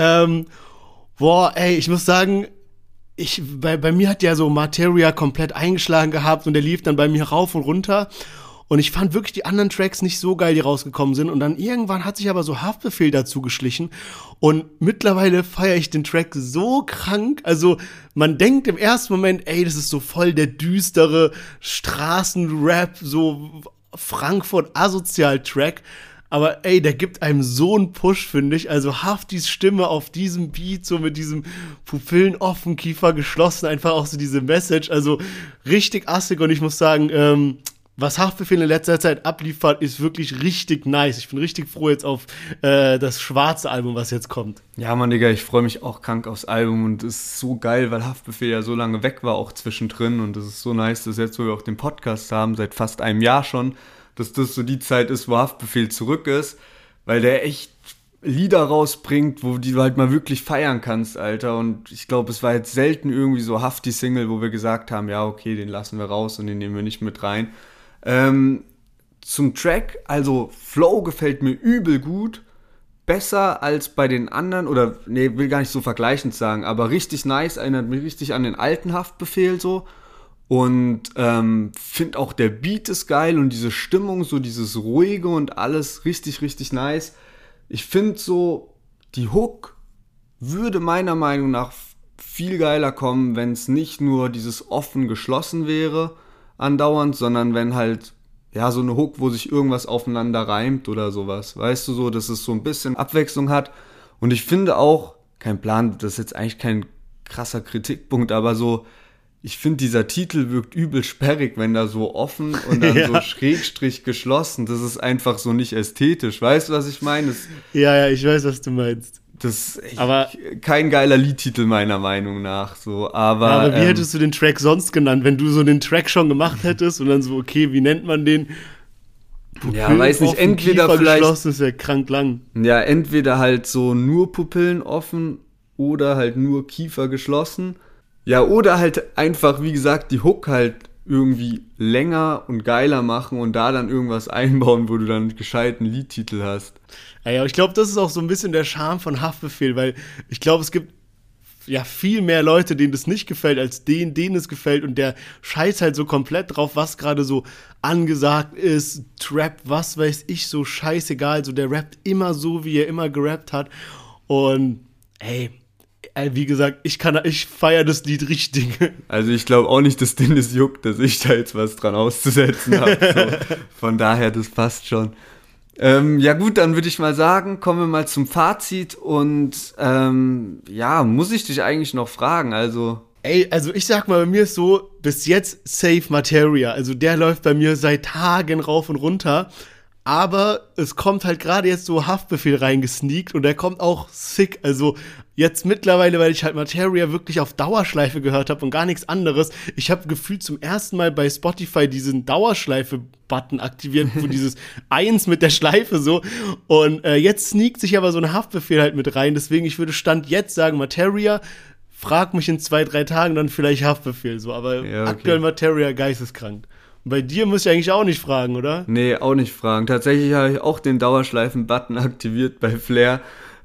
ich muss sagen, bei mir hat ja so Materia komplett eingeschlagen gehabt und der lief dann bei mir rauf und runter und ich fand wirklich die anderen Tracks nicht so geil, die rausgekommen sind und dann irgendwann hat sich aber so Haftbefehl dazu geschlichen und mittlerweile feiere ich den Track so krank, also man denkt im ersten Moment, ey, das ist so voll der düstere Straßenrap, so Frankfurt-Asozial-Track. Aber ey, der gibt einem so einen Push, finde ich. Also Haftis Stimme auf diesem Beat, so mit diesem Pupillen offen, Kiefer geschlossen, einfach auch so diese Message. Also richtig assig und ich muss sagen, was Haftbefehl in letzter Zeit abliefert, ist wirklich richtig nice. Ich bin richtig froh jetzt auf das schwarze Album, was jetzt kommt. Ja, Mann, Digga, ich freue mich auch krank aufs Album und es ist so geil, weil Haftbefehl ja so lange weg war, auch zwischendrin, und es ist so nice, dass jetzt, wo wir auch den Podcast haben, seit fast einem Jahr schon, dass das so die Zeit ist, wo Haftbefehl zurück ist, weil der echt Lieder rausbringt, wo die du halt mal wirklich feiern kannst, Alter. Und ich glaube, es war jetzt selten irgendwie so Hafti-Single, wo wir gesagt haben, ja, okay, den lassen wir raus und den nehmen wir nicht mit rein. Zum Track, also Flow gefällt mir übel gut, besser als bei den anderen, oder nee, will gar nicht so vergleichend sagen, aber richtig nice, erinnert mich richtig an den alten Haftbefehl so. Und finde auch der Beat ist geil und diese Stimmung, so dieses Ruhige und alles richtig, richtig nice. Ich finde so, die Hook würde meiner Meinung nach viel geiler kommen, wenn es nicht nur dieses offen geschlossen wäre andauernd, sondern wenn halt, ja, so eine Hook, wo sich irgendwas aufeinander reimt oder sowas. Weißt du, so, dass es so ein bisschen Abwechslung hat. Und ich finde auch, kein Plan, das ist jetzt eigentlich kein krasser Kritikpunkt, aber so, ich finde, dieser Titel wirkt übel sperrig, wenn da so offen und dann so Schrägstrich geschlossen. Das ist einfach so nicht ästhetisch. Weißt du, was ich meine? Ja, ich weiß, was du meinst. Das ist aber kein geiler Liedtitel meiner Meinung nach. So. Aber wie hättest du den Track sonst genannt, wenn du so den Track schon gemacht hättest und dann so, okay, wie nennt man den? Pupillen, ja, weiß nicht, entweder Kiefer vielleicht geschlossen, ist ja krank lang. Ja, entweder halt so nur Pupillen offen oder halt nur Kiefer geschlossen. Ja, oder halt einfach, wie gesagt, die Hook halt irgendwie länger und geiler machen und da dann irgendwas einbauen, wo du dann einen gescheiten Liedtitel hast. Ja, ich glaube, das ist auch so ein bisschen der Charme von Haftbefehl, weil ich glaube, es gibt ja viel mehr Leute, denen das nicht gefällt, als denen es gefällt, und der scheißt halt so komplett drauf, was gerade so angesagt ist, Trap, was weiß ich, so scheißegal, so der rappt immer so, wie er immer gerappt hat, und wie gesagt, ich feiere das Lied richtig. Also ich glaube auch nicht, dass denen das juckt, dass ich da jetzt was dran auszusetzen habe. So. Von daher, das passt schon. Ja gut, dann würde ich mal sagen, kommen wir mal zum Fazit und muss ich dich eigentlich noch fragen, also ich sag mal, bei mir ist so, bis jetzt Safe Materia, also der läuft bei mir seit Tagen rauf und runter, aber es kommt halt gerade jetzt so Haftbefehl reingesneakt und der kommt auch sick, also jetzt mittlerweile, weil ich halt Materia wirklich auf Dauerschleife gehört habe und gar nichts anderes, ich habe gefühlt zum ersten Mal bei Spotify diesen Dauerschleife-Button aktiviert, wo dieses 1 mit der Schleife so, und jetzt sneakt sich aber so ein Haftbefehl halt mit rein, deswegen ich würde Stand jetzt sagen Materia, frag mich in 2-3 Tagen dann vielleicht Haftbefehl, so, aber ja, okay. Aktuell Materia geisteskrank. Und bei dir muss ich eigentlich auch nicht fragen, oder? Nee, auch nicht fragen. Tatsächlich habe ich auch den Dauerschleifen-Button aktiviert bei Flair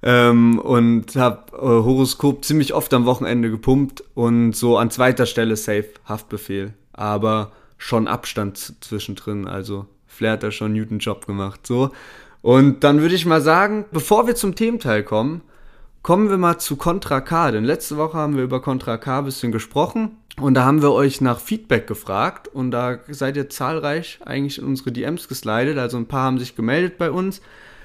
und habe Horoskop ziemlich oft am Wochenende gepumpt und so an zweiter Stelle safe Haftbefehl. Aber schon Abstand zwischendrin, also Flair hat da schon einen guten Job gemacht. So. Und dann würde ich mal sagen, bevor wir zum Thementeil kommen wir mal zu Contra K, denn letzte Woche haben wir über Contra K ein bisschen gesprochen und da haben wir euch nach Feedback gefragt und da seid ihr zahlreich eigentlich in unsere DMs geslidet, also ein paar haben sich gemeldet bei uns,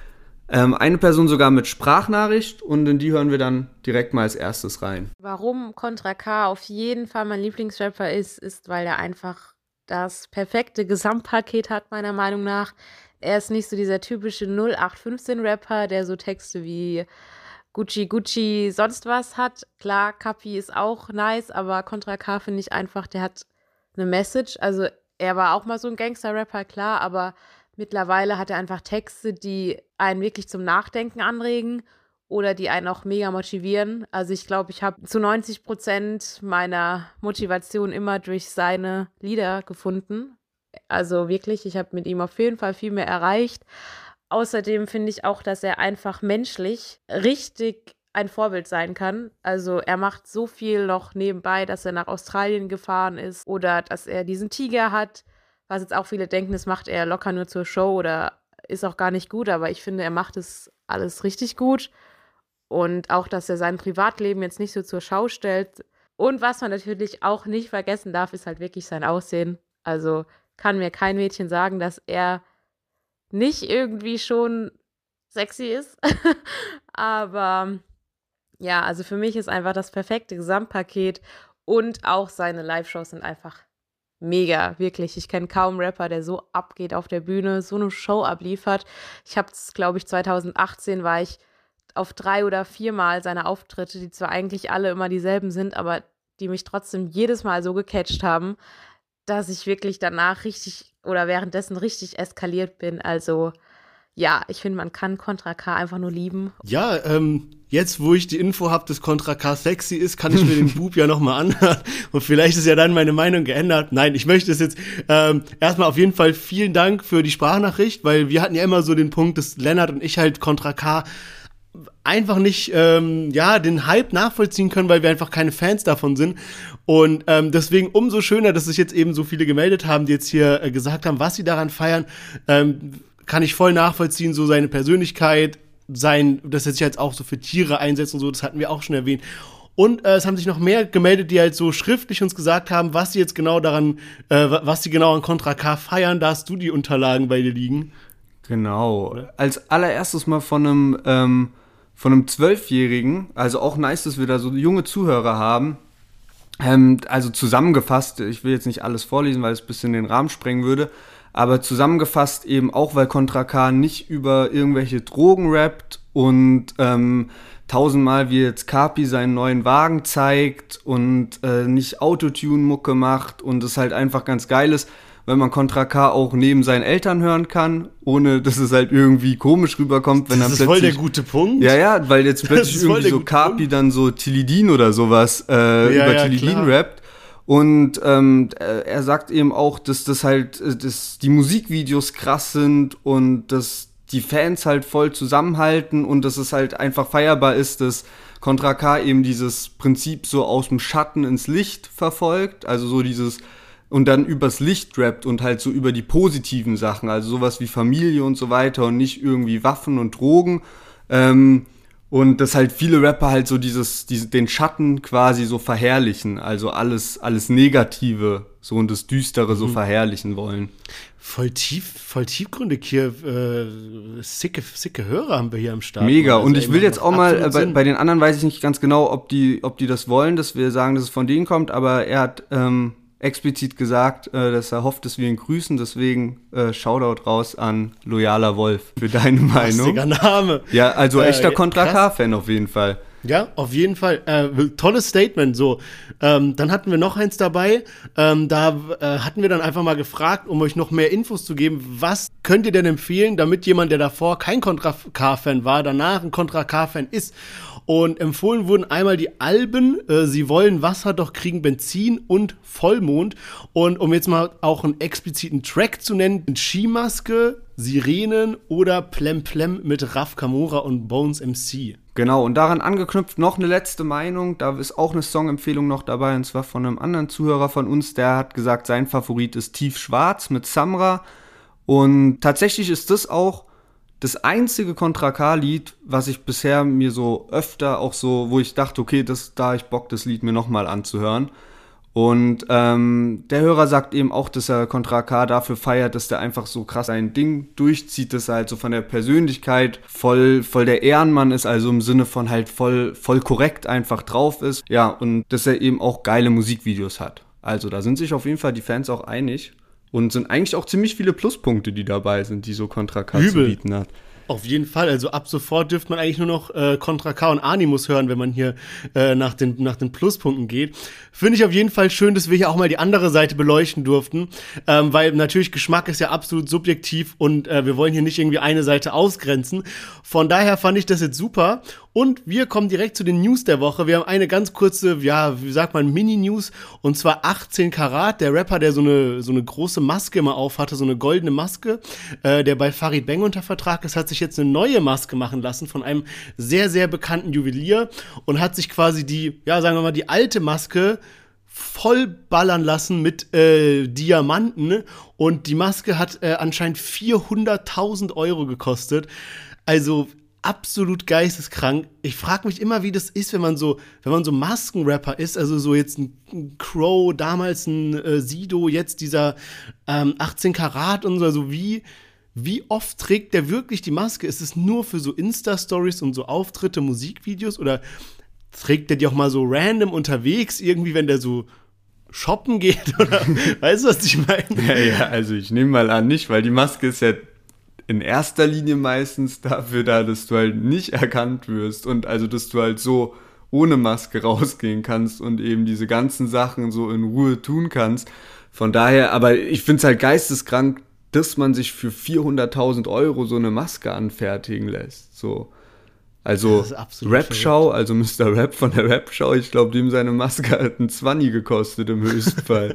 eine Person sogar mit Sprachnachricht und in die hören wir dann direkt mal als erstes rein. Warum Contra K auf jeden Fall mein Lieblingsrapper ist, weil er einfach das perfekte Gesamtpaket hat, meiner Meinung nach. Er ist nicht so dieser typische 0815-Rapper, der so Texte wie Gucci, sonst was hat. Klar, Kapi ist auch nice, aber Contra K finde ich einfach, der hat eine Message. Also er war auch mal so ein Gangster-Rapper, klar, aber mittlerweile hat er einfach Texte, die einen wirklich zum Nachdenken anregen oder die einen auch mega motivieren. Also ich glaube, ich habe zu 90% meiner Motivation immer durch seine Lieder gefunden. Also wirklich, ich habe mit ihm auf jeden Fall viel mehr erreicht. Außerdem finde ich auch, dass er einfach menschlich richtig ein Vorbild sein kann. Also er macht so viel noch nebenbei, dass er nach Australien gefahren ist oder dass er diesen Tiger hat, was jetzt auch viele denken, das macht er locker nur zur Show oder ist auch gar nicht gut, aber ich finde, er macht es alles richtig gut und auch, dass er sein Privatleben jetzt nicht so zur Schau stellt. Und was man natürlich auch nicht vergessen darf, ist halt wirklich sein Aussehen. Also kann mir kein Mädchen sagen, dass er nicht irgendwie schon sexy ist. Aber ja, also für mich ist einfach das perfekte Gesamtpaket und auch seine Live-Shows sind einfach mega, wirklich. Ich kenne kaum einen Rapper, der so abgeht auf der Bühne, so eine Show abliefert. Ich habe es, glaube ich, 2018 war ich auf 3 oder 4 Mal seine Auftritte, die zwar eigentlich alle immer dieselben sind, aber die mich trotzdem jedes Mal so gecatcht haben, dass ich wirklich danach richtig oder währenddessen richtig eskaliert bin. Also ja, ich finde, man kann Contra K einfach nur lieben. Ja, jetzt, wo ich die Info habe, dass Contra K sexy ist, kann ich mir den Bub ja nochmal anhören. Und vielleicht ist ja dann meine Meinung geändert. Nein, ich möchte es jetzt erstmal auf jeden Fall vielen Dank für die Sprachnachricht, weil wir hatten ja immer so den Punkt, dass Lennart und ich halt Contra K einfach nicht den Hype nachvollziehen können, weil wir einfach keine Fans davon sind. Und deswegen umso schöner, dass sich jetzt eben so viele gemeldet haben, die jetzt hier gesagt haben, was sie daran feiern. Kann ich voll nachvollziehen, so seine Persönlichkeit, dass er sich jetzt auch so für Tiere einsetzt und so, das hatten wir auch schon erwähnt. Und es haben sich noch mehr gemeldet, die halt so schriftlich uns gesagt haben, was sie jetzt genau was sie genau an Contra K feiern. Da hast du die Unterlagen bei dir liegen. Genau. Als allererstes mal von einem 12-Jährigen, also auch nice, dass wir da so junge Zuhörer haben. Also zusammengefasst, ich will jetzt nicht alles vorlesen, weil es ein bisschen den Rahmen sprengen würde, aber zusammengefasst eben auch, weil Contra K nicht über irgendwelche Drogen rappt und 1000-mal wie jetzt Kapi seinen neuen Wagen zeigt und nicht Autotune-Mucke macht und es halt einfach ganz geil ist, weil man Contra K auch neben seinen Eltern hören kann, ohne dass es halt irgendwie komisch rüberkommt, wenn das dann ist voll der gute Punkt. Ja, weil jetzt plötzlich irgendwie so Kapi dann so Tilidin oder sowas über Tilidin rappt. Und er sagt eben auch, dass das halt, dass die Musikvideos krass sind und dass die Fans halt voll zusammenhalten und dass es halt einfach feierbar ist, dass Contra K eben dieses Prinzip so aus dem Schatten ins Licht verfolgt, also so dieses und dann übers Licht rappt und halt so über die positiven Sachen, also sowas wie Familie und so weiter und nicht irgendwie Waffen und Drogen. Und dass halt viele Rapper halt so den Schatten quasi so verherrlichen, also alles Negative so und das Düstere so verherrlichen wollen. Voll tiefgründig hier, sicke Hörer haben wir hier am Start. Mega, also und ich will jetzt auch mal, bei den anderen weiß ich nicht ganz genau, ob die das wollen, dass wir sagen, dass es von denen kommt, aber er hat explizit gesagt, dass er hofft, dass wir ihn grüßen, deswegen Shoutout raus an Loyaler Wolf für deine Meinung. Lustiger Name. Ja, also echter Contra K-Fan auf jeden Fall. Ja, auf jeden Fall. Tolles Statement. So, dann hatten wir noch eins dabei. Da hatten wir dann einfach mal gefragt, um euch noch mehr Infos zu geben. Was könnt ihr denn empfehlen, damit jemand, der davor kein Contra K-Fan war, danach ein Contra K-Fan ist? Und empfohlen wurden einmal die Alben Sie wollen Wasser, doch kriegen Benzin und Vollmond. Und um jetzt mal auch einen expliziten Track zu nennen, Skimaske, Sirenen oder Plem Plem mit Raf Kamora und Bones MC. Genau, und daran angeknüpft noch eine letzte Meinung. Da ist auch eine Songempfehlung noch dabei, und zwar von einem anderen Zuhörer von uns. Der hat gesagt, sein Favorit ist Tiefschwarz mit Samra. Und tatsächlich ist das auch das einzige Contra K-Lied, was ich bisher mir so öfter auch so, wo ich dachte, okay, da habe ich Bock, das Lied mir nochmal anzuhören. Und der Hörer sagt eben auch, dass er Contra K dafür feiert, dass der einfach so krass sein Ding durchzieht, dass er halt so von der Persönlichkeit voll der Ehrenmann ist, also im Sinne von halt voll korrekt einfach drauf ist. Ja, und dass er eben auch geile Musikvideos hat. Also da sind sich auf jeden Fall die Fans auch einig. Und sind eigentlich auch ziemlich viele Pluspunkte, die dabei sind, die so Contra K zu bieten hat. Auf jeden Fall, also ab sofort dürfte man eigentlich nur noch Contra K und Animus hören, wenn man hier nach den Pluspunkten geht. Finde ich auf jeden Fall schön, dass wir hier auch mal die andere Seite beleuchten durften, weil natürlich Geschmack ist ja absolut subjektiv und wir wollen hier nicht irgendwie eine Seite ausgrenzen. Von daher fand ich das jetzt super. Und wir kommen direkt zu den News der Woche. Wir haben eine ganz kurze, ja, wie sagt man, Mini-News, und zwar 18 Karat, der Rapper, der so eine große Maske immer auf hatte, so eine goldene Maske, der bei Farid Bang unter Vertrag ist, hat sich jetzt eine neue Maske machen lassen von einem sehr, sehr bekannten Juwelier und hat sich quasi die alte Maske vollballern lassen mit Diamanten, und die Maske hat anscheinend 400.000 Euro gekostet. Also absolut geisteskrank. Ich frage mich immer, wie das ist, wenn man so Maskenrapper ist, also so jetzt ein Crow, damals ein Sido, jetzt dieser 18 Karat und so, also wie oft trägt der wirklich die Maske? Ist es nur für so Insta-Stories und so Auftritte, Musikvideos, oder trägt der die auch mal so random unterwegs, irgendwie, wenn der so shoppen geht? Oder weißt du, was ich meine? Ja, also ich nehme mal an nicht, weil die Maske ist ja in erster Linie meistens dafür da, dass du halt nicht erkannt wirst und also, dass du halt so ohne Maske rausgehen kannst und eben diese ganzen Sachen so in Ruhe tun kannst. Von daher, aber ich finde es halt geisteskrank, dass man sich für 400.000 € so eine Maske anfertigen lässt. So. Also Rap-Schau, also Mr. Rap von der Rap-Schau, ich glaube, dem seine Maske hat einen 20 gekostet im Höchstfall.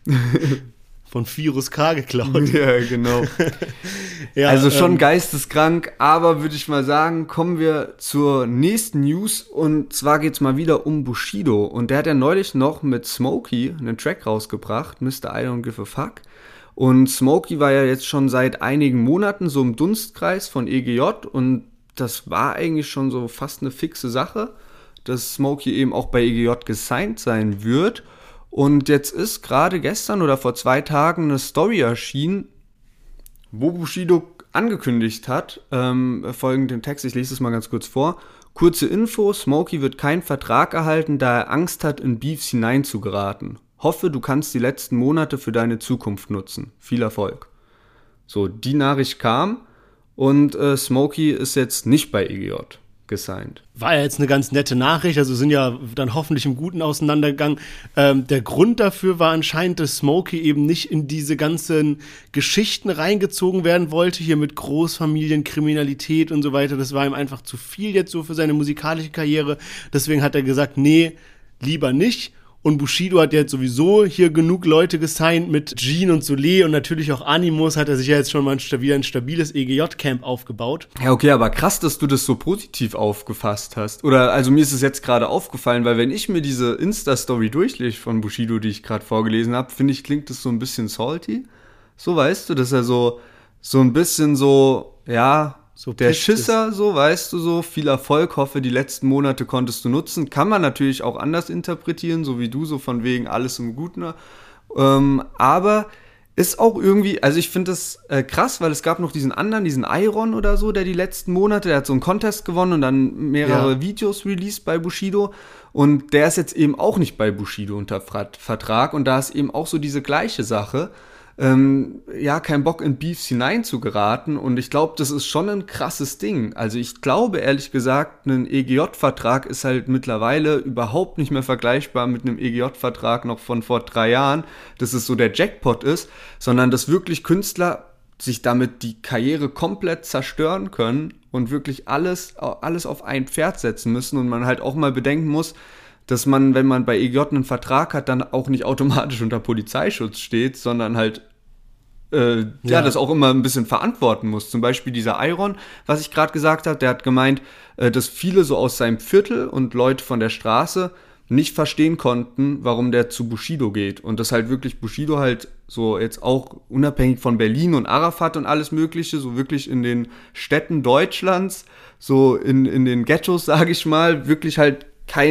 Von Virus K geklaut. Ja, genau. Ja, also schon geisteskrank, aber würde ich mal sagen, kommen wir zur nächsten News und zwar geht es mal wieder um Bushido und der hat ja neulich noch mit Smokey einen Track rausgebracht, Mr. I Don't Give a Fuck. Und Smokey war ja jetzt schon seit einigen Monaten so im Dunstkreis von EGJ und das war eigentlich schon so fast eine fixe Sache, dass Smokey eben auch bei EGJ gesigned sein wird. Und jetzt ist gerade gestern oder vor 2 Tagen eine Story erschienen, wo Bushido angekündigt hat, folgenden Text, ich lese es mal ganz kurz vor. Kurze Info, Smokey wird keinen Vertrag erhalten, da er Angst hat, in Beefs hineinzugeraten. Hoffe, du kannst die letzten Monate für deine Zukunft nutzen. Viel Erfolg. So, die Nachricht kam. Und Smokey ist jetzt nicht bei EGJ gesigned. War ja jetzt eine ganz nette Nachricht, also sind ja dann hoffentlich im Guten auseinandergegangen. Der Grund dafür war anscheinend, dass Smokey eben nicht in diese ganzen Geschichten reingezogen werden wollte, hier mit Großfamilien, Kriminalität und so weiter. Das war ihm einfach zu viel jetzt so für seine musikalische Karriere. Deswegen hat er gesagt, nee, lieber nicht. Und Bushido hat jetzt sowieso hier genug Leute gesigned mit Jean und Soleil und natürlich auch Animus hat er sich ja jetzt schon mal wieder ein stabiles EGJ-Camp aufgebaut. Ja, okay, aber krass, dass du das so positiv aufgefasst hast. Oder, also mir ist es jetzt gerade aufgefallen, weil wenn ich mir diese Insta-Story durchlese von Bushido, die ich gerade vorgelesen habe, finde ich, klingt das so ein bisschen salty. So, weißt du, dass er so ein bisschen so, ja, so der Schisser, so, weißt du, so, viel Erfolg, hoffe, die letzten Monate konntest du nutzen. Kann man natürlich auch anders interpretieren, so wie du, so von wegen alles im Guten. Aber ist auch irgendwie, also ich finde das krass, weil es gab noch diesen Iron oder so, der die letzten Monate, der hat so einen Contest gewonnen und dann mehrere Videos released bei Bushido. Und der ist jetzt eben auch nicht bei Bushido unter Vertrag und da ist eben auch so diese gleiche Sache. Kein Bock in Beefs hineinzugeraten und ich glaube, das ist schon ein krasses Ding. Also ich glaube, ehrlich gesagt, ein EGJ-Vertrag ist halt mittlerweile überhaupt nicht mehr vergleichbar mit einem EGJ-Vertrag noch von vor 3 Jahren, dass es so der Jackpot ist, sondern dass wirklich Künstler sich damit die Karriere komplett zerstören können und wirklich alles auf ein Pferd setzen müssen und man halt auch mal bedenken muss, dass man, wenn man bei EGJ einen Vertrag hat, dann auch nicht automatisch unter Polizeischutz steht, sondern halt das auch immer ein bisschen verantworten muss. Zum Beispiel dieser Iron, was ich gerade gesagt habe, der hat gemeint, dass viele so aus seinem Viertel und Leute von der Straße nicht verstehen konnten, warum der zu Bushido geht. Und dass halt wirklich Bushido halt so jetzt auch unabhängig von Berlin und Arafat und alles Mögliche, so wirklich in den Städten Deutschlands, so in den Ghettos, sage ich mal, wirklich halt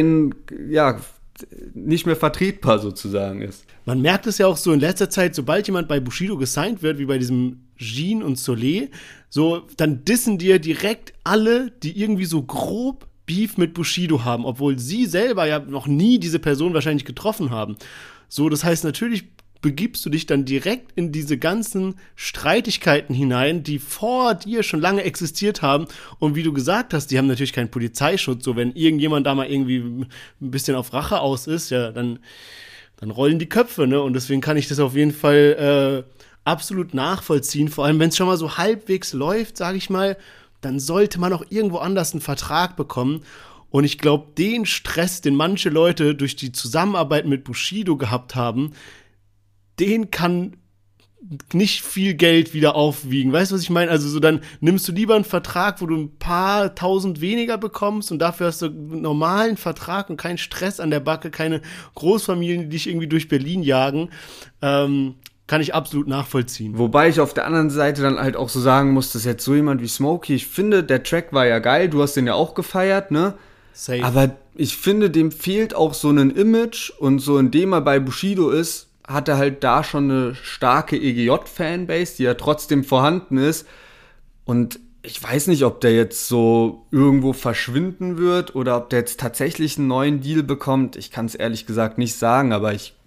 nicht mehr vertretbar sozusagen ist. Man merkt es ja auch so in letzter Zeit, sobald jemand bei Bushido gesigned wird, wie bei diesem Jean und Soleil, so, dann dissen dir direkt alle, die irgendwie so grob Beef mit Bushido haben, obwohl sie selber ja noch nie diese Person wahrscheinlich getroffen haben. So, das heißt, natürlich begibst du dich dann direkt in diese ganzen Streitigkeiten hinein, die vor dir schon lange existiert haben. Und wie du gesagt hast, die haben natürlich keinen Polizeischutz. So, wenn irgendjemand da mal irgendwie ein bisschen auf Rache aus ist, ja, dann rollen die Köpfe, ne? Und deswegen kann ich das auf jeden Fall absolut nachvollziehen. Vor allem, wenn es schon mal so halbwegs läuft, sage ich mal, dann sollte man auch irgendwo anders einen Vertrag bekommen. Und ich glaube, den Stress, den manche Leute durch die Zusammenarbeit mit Bushido gehabt haben, den kann nicht viel Geld wieder aufwiegen. Weißt du, was ich meine? Also so, dann nimmst du lieber einen Vertrag, wo du ein paar tausend weniger bekommst und dafür hast du einen normalen Vertrag und keinen Stress an der Backe, keine Großfamilien, die dich irgendwie durch Berlin jagen. Kann ich absolut nachvollziehen. Wobei ich auf der anderen Seite dann halt auch so sagen muss, dass jetzt so jemand wie Smokey, ich finde, der Track war ja geil, du hast den ja auch gefeiert, ne? Safe. Aber ich finde, dem fehlt auch so ein Image und so, indem er bei Bushido ist, hat er halt da schon eine starke EGJ-Fanbase, die ja trotzdem vorhanden ist. Und ich weiß nicht, ob der jetzt so irgendwo verschwinden wird oder ob der jetzt tatsächlich einen neuen Deal bekommt. Ich kann es ehrlich gesagt nicht sagen, aber ich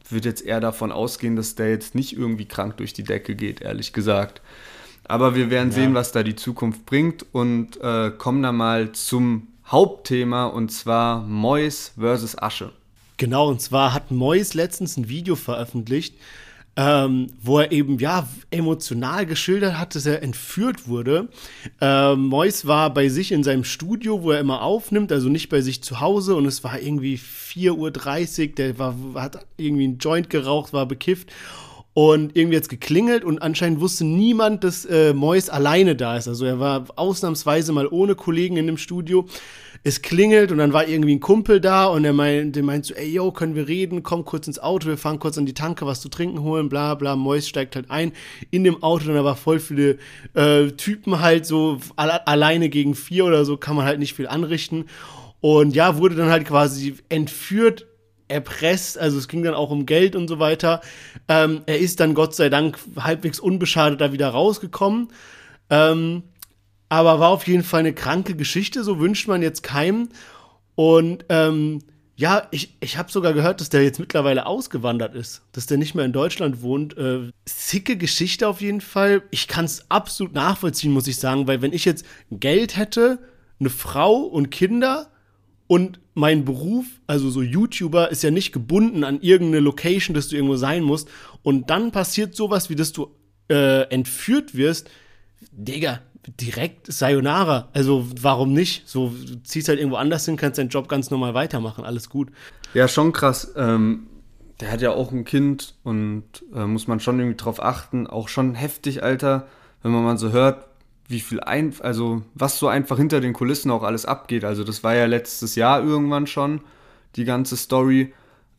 würde jetzt eher davon ausgehen, dass der jetzt nicht irgendwie krank durch die Decke geht, ehrlich gesagt. Aber wir werden sehen, was da die Zukunft bringt und kommen dann mal zum Hauptthema, und zwar Mois versus Asche. Genau, und zwar hat Mois letztens ein Video veröffentlicht, wo er eben, emotional geschildert hat, dass er entführt wurde. Mois war bei sich in seinem Studio, wo er immer aufnimmt, also nicht bei sich zu Hause, und es war irgendwie 4:30 Uhr, hat irgendwie einen Joint geraucht, war bekifft und irgendwie jetzt geklingelt, und anscheinend wusste niemand, dass Mois alleine da ist. Also er war ausnahmsweise mal ohne Kollegen in dem Studio. Es klingelt und dann war irgendwie ein Kumpel da und der meint so, ey, yo, können wir reden? Komm kurz ins Auto, wir fahren kurz an die Tanke, was zu trinken holen, bla bla. Mois steigt halt ein in dem Auto, und da war voll viele Typen halt so, alleine gegen 4 oder so, kann man halt nicht viel anrichten. Und ja, wurde dann halt quasi entführt, erpresst, also es ging dann auch um Geld und so weiter. Er ist dann Gott sei Dank halbwegs unbeschadet da wieder rausgekommen. Aber war auf jeden Fall eine kranke Geschichte, so wünscht man jetzt keinem. Und ich habe sogar gehört, dass der jetzt mittlerweile ausgewandert ist, dass der nicht mehr in Deutschland wohnt. Sicke Geschichte auf jeden Fall. Ich kann es absolut nachvollziehen, muss ich sagen, weil wenn ich jetzt Geld hätte, eine Frau und Kinder und mein Beruf, also so YouTuber, ist ja nicht gebunden an irgendeine Location, dass du irgendwo sein musst, und dann passiert sowas, wie dass du entführt wirst, Digga, direkt Sayonara. Also warum nicht? So, du ziehst halt irgendwo anders hin, kannst deinen Job ganz normal weitermachen, alles gut. Ja, schon krass. Der hat ja auch ein Kind und muss man schon irgendwie drauf achten. Auch schon heftig, Alter, wenn man mal so hört, wie viel was so einfach hinter den Kulissen auch alles abgeht. Also das war ja letztes Jahr irgendwann schon, die ganze Story.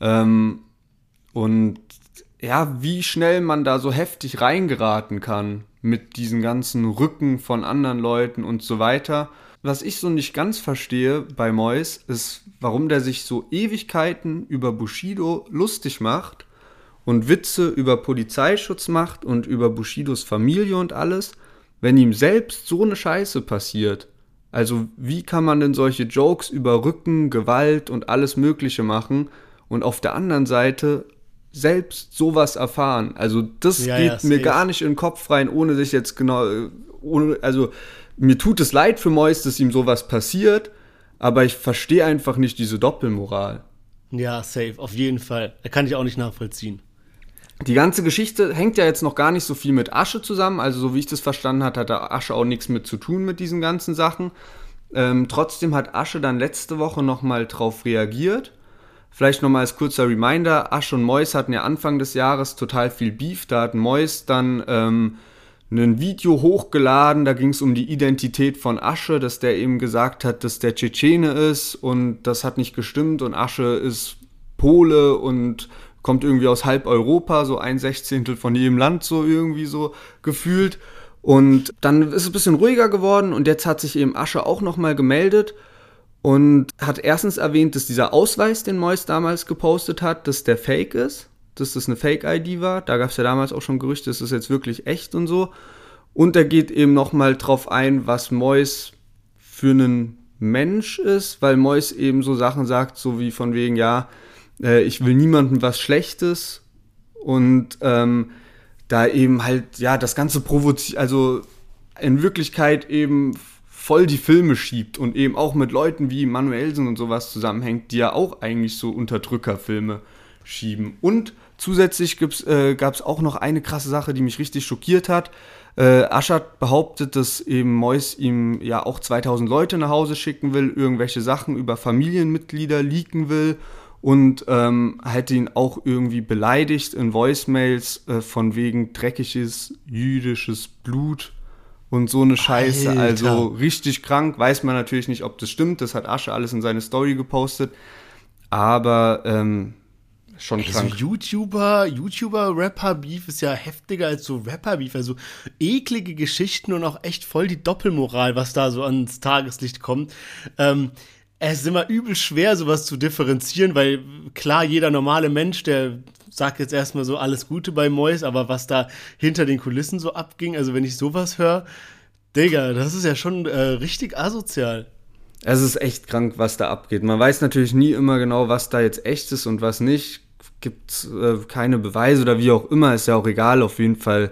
Und ja, wie schnell man da so heftig reingeraten kann mit diesen ganzen Rücken von anderen Leuten und so weiter. Was ich so nicht ganz verstehe bei Mois, ist, warum der sich so Ewigkeiten über Bushido lustig macht und Witze über Polizeischutz macht und über Bushidos Familie und alles, wenn ihm selbst so eine Scheiße passiert. Also wie kann man denn solche Jokes über Rücken, Gewalt und alles Mögliche machen und auf der anderen Seite selbst sowas erfahren? Also das geht mir gar nicht in den Kopf rein, ohne sich jetzt also mir tut es leid für Mois, dass ihm sowas passiert, aber ich verstehe einfach nicht diese Doppelmoral. Ja, safe, auf jeden Fall. Da kann ich auch nicht nachvollziehen. Die ganze Geschichte hängt ja jetzt noch gar nicht so viel mit Asche zusammen, also so wie ich das verstanden habe, hat da Asche auch nichts mit zu tun mit diesen ganzen Sachen. Trotzdem hat Asche dann letzte Woche nochmal drauf reagiert. Vielleicht nochmal als kurzer Reminder, Asche und Mois hatten ja Anfang des Jahres total viel Beef, da hat Mois dann ein Video hochgeladen, da ging es um die Identität von Asche, dass der eben gesagt hat, dass der Tschetschene ist, und das hat nicht gestimmt, und Asche ist Pole und kommt irgendwie aus halb Europa, so 1/16 von jedem Land so irgendwie so gefühlt. Und dann ist es ein bisschen ruhiger geworden, und jetzt hat sich eben Asche auch nochmal gemeldet und hat erstens erwähnt, dass dieser Ausweis, den Mois damals gepostet hat, dass der Fake ist, dass das eine Fake-ID war. Da gab es ja damals auch schon Gerüchte, das ist jetzt wirklich echt und so. Und er geht eben nochmal drauf ein, was Mois für einen Mensch ist, weil Mois eben so Sachen sagt, so wie von wegen, ja, ich will niemandem was Schlechtes, und da eben halt, ja, das Ganze also in Wirklichkeit eben voll die Filme schiebt und eben auch mit Leuten wie Manuelsen und sowas zusammenhängt, die ja auch eigentlich so Unterdrückerfilme schieben. Und zusätzlich gab es auch noch eine krasse Sache, die mich richtig schockiert hat. Asche hat behauptet, dass eben Mois ihm ja auch 2000 Leute nach Hause schicken will, irgendwelche Sachen über Familienmitglieder leaken will, und hätte ihn auch irgendwie beleidigt in Voicemails von wegen dreckiges jüdisches Blut und so eine Scheiße. Alter. Also richtig krank, weiß man natürlich nicht, ob das stimmt, das hat Asche alles in seine Story gepostet, aber schon krank. Also YouTuber-Rapper-Beef ist ja heftiger als so Rapper-Beef, also eklige Geschichten und auch echt voll die Doppelmoral, was da so ans Tageslicht kommt. Es ist immer übel schwer, sowas zu differenzieren, weil klar, jeder normale Mensch, der sagt jetzt erstmal so alles Gute bei Mois, aber was da hinter den Kulissen so abging, also wenn ich sowas höre, Digga, das ist ja schon richtig asozial. Es ist echt krank, was da abgeht. Man weiß natürlich nie immer genau, was da jetzt echt ist und was nicht. gibt's keine Beweise oder wie auch immer, ist ja auch egal, auf jeden Fall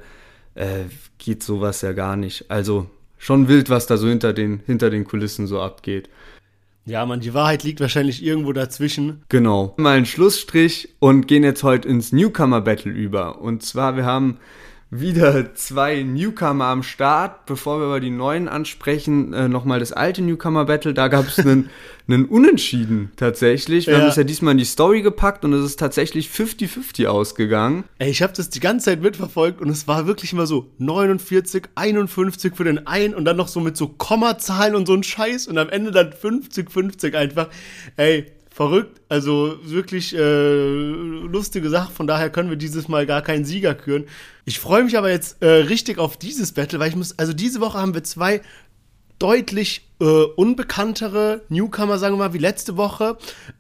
geht sowas ja gar nicht. Also schon wild, was da so hinter den Kulissen so abgeht. Ja, Mann, die Wahrheit liegt wahrscheinlich irgendwo dazwischen. Genau. Mal einen Schlussstrich und gehen jetzt heute ins Newcomer-Battle über. Und zwar, wir haben wieder 2 Newcomer am Start. Bevor wir über die neuen ansprechen, nochmal das alte Newcomer-Battle. Da gab es einen Unentschieden tatsächlich. Wir haben das ja diesmal in die Story gepackt und es ist tatsächlich 50-50 ausgegangen. Ey, ich habe das die ganze Zeit mitverfolgt und es war wirklich immer so 49, 51 für den einen und dann noch so mit so Kommazahlen und so ein Scheiß und am Ende dann 50-50 einfach. Ey, verrückt, also wirklich lustige Sache, von daher können wir dieses Mal gar keinen Sieger küren. Ich freue mich aber jetzt richtig auf dieses Battle, weil diese Woche haben wir 2 deutlich unbekanntere Newcomer, sagen wir mal, wie letzte Woche,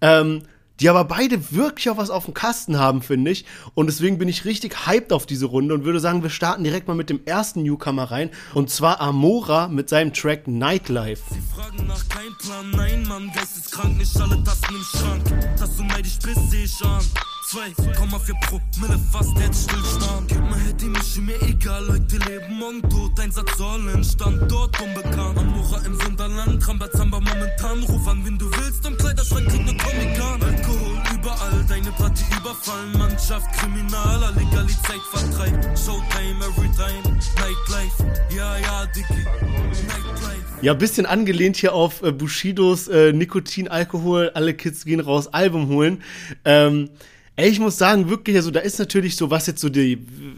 die aber beide wirklich auch was auf dem Kasten haben, finde ich. Und deswegen bin ich richtig hyped auf diese Runde und würde sagen, wir starten direkt mal mit dem ersten Newcomer rein. Und zwar Amora mit seinem Track Nightlife. Sie fragen nach keinem Plan, nein, Mann, geisteskrank, nicht alle Tassen im Schrank. Dass du neidisch bist, seh ich an. 2,4 Promille, fast Herzstillstand. Gib mal Handy, mich mir egal, Leute leben und tot. Ein Satz Sollen, Standort unbekannt. Amora im Wunderland, Rambazamba momentan. Ruf an, wenn du willst, im Kleiderschrank krieg ne Comic an. Alkohol überall, deine Party überfallen. Mannschaft kriminaler, Legalität vertreibt. Showtime, everytime, Nightlife. Ja, Dicky, Nightlife. Ja, bisschen angelehnt hier auf Bushidos Nikotin, Alkohol, alle Kids gehen raus, Album holen. Ey, ich muss sagen, wirklich, also da ist natürlich so, was jetzt so die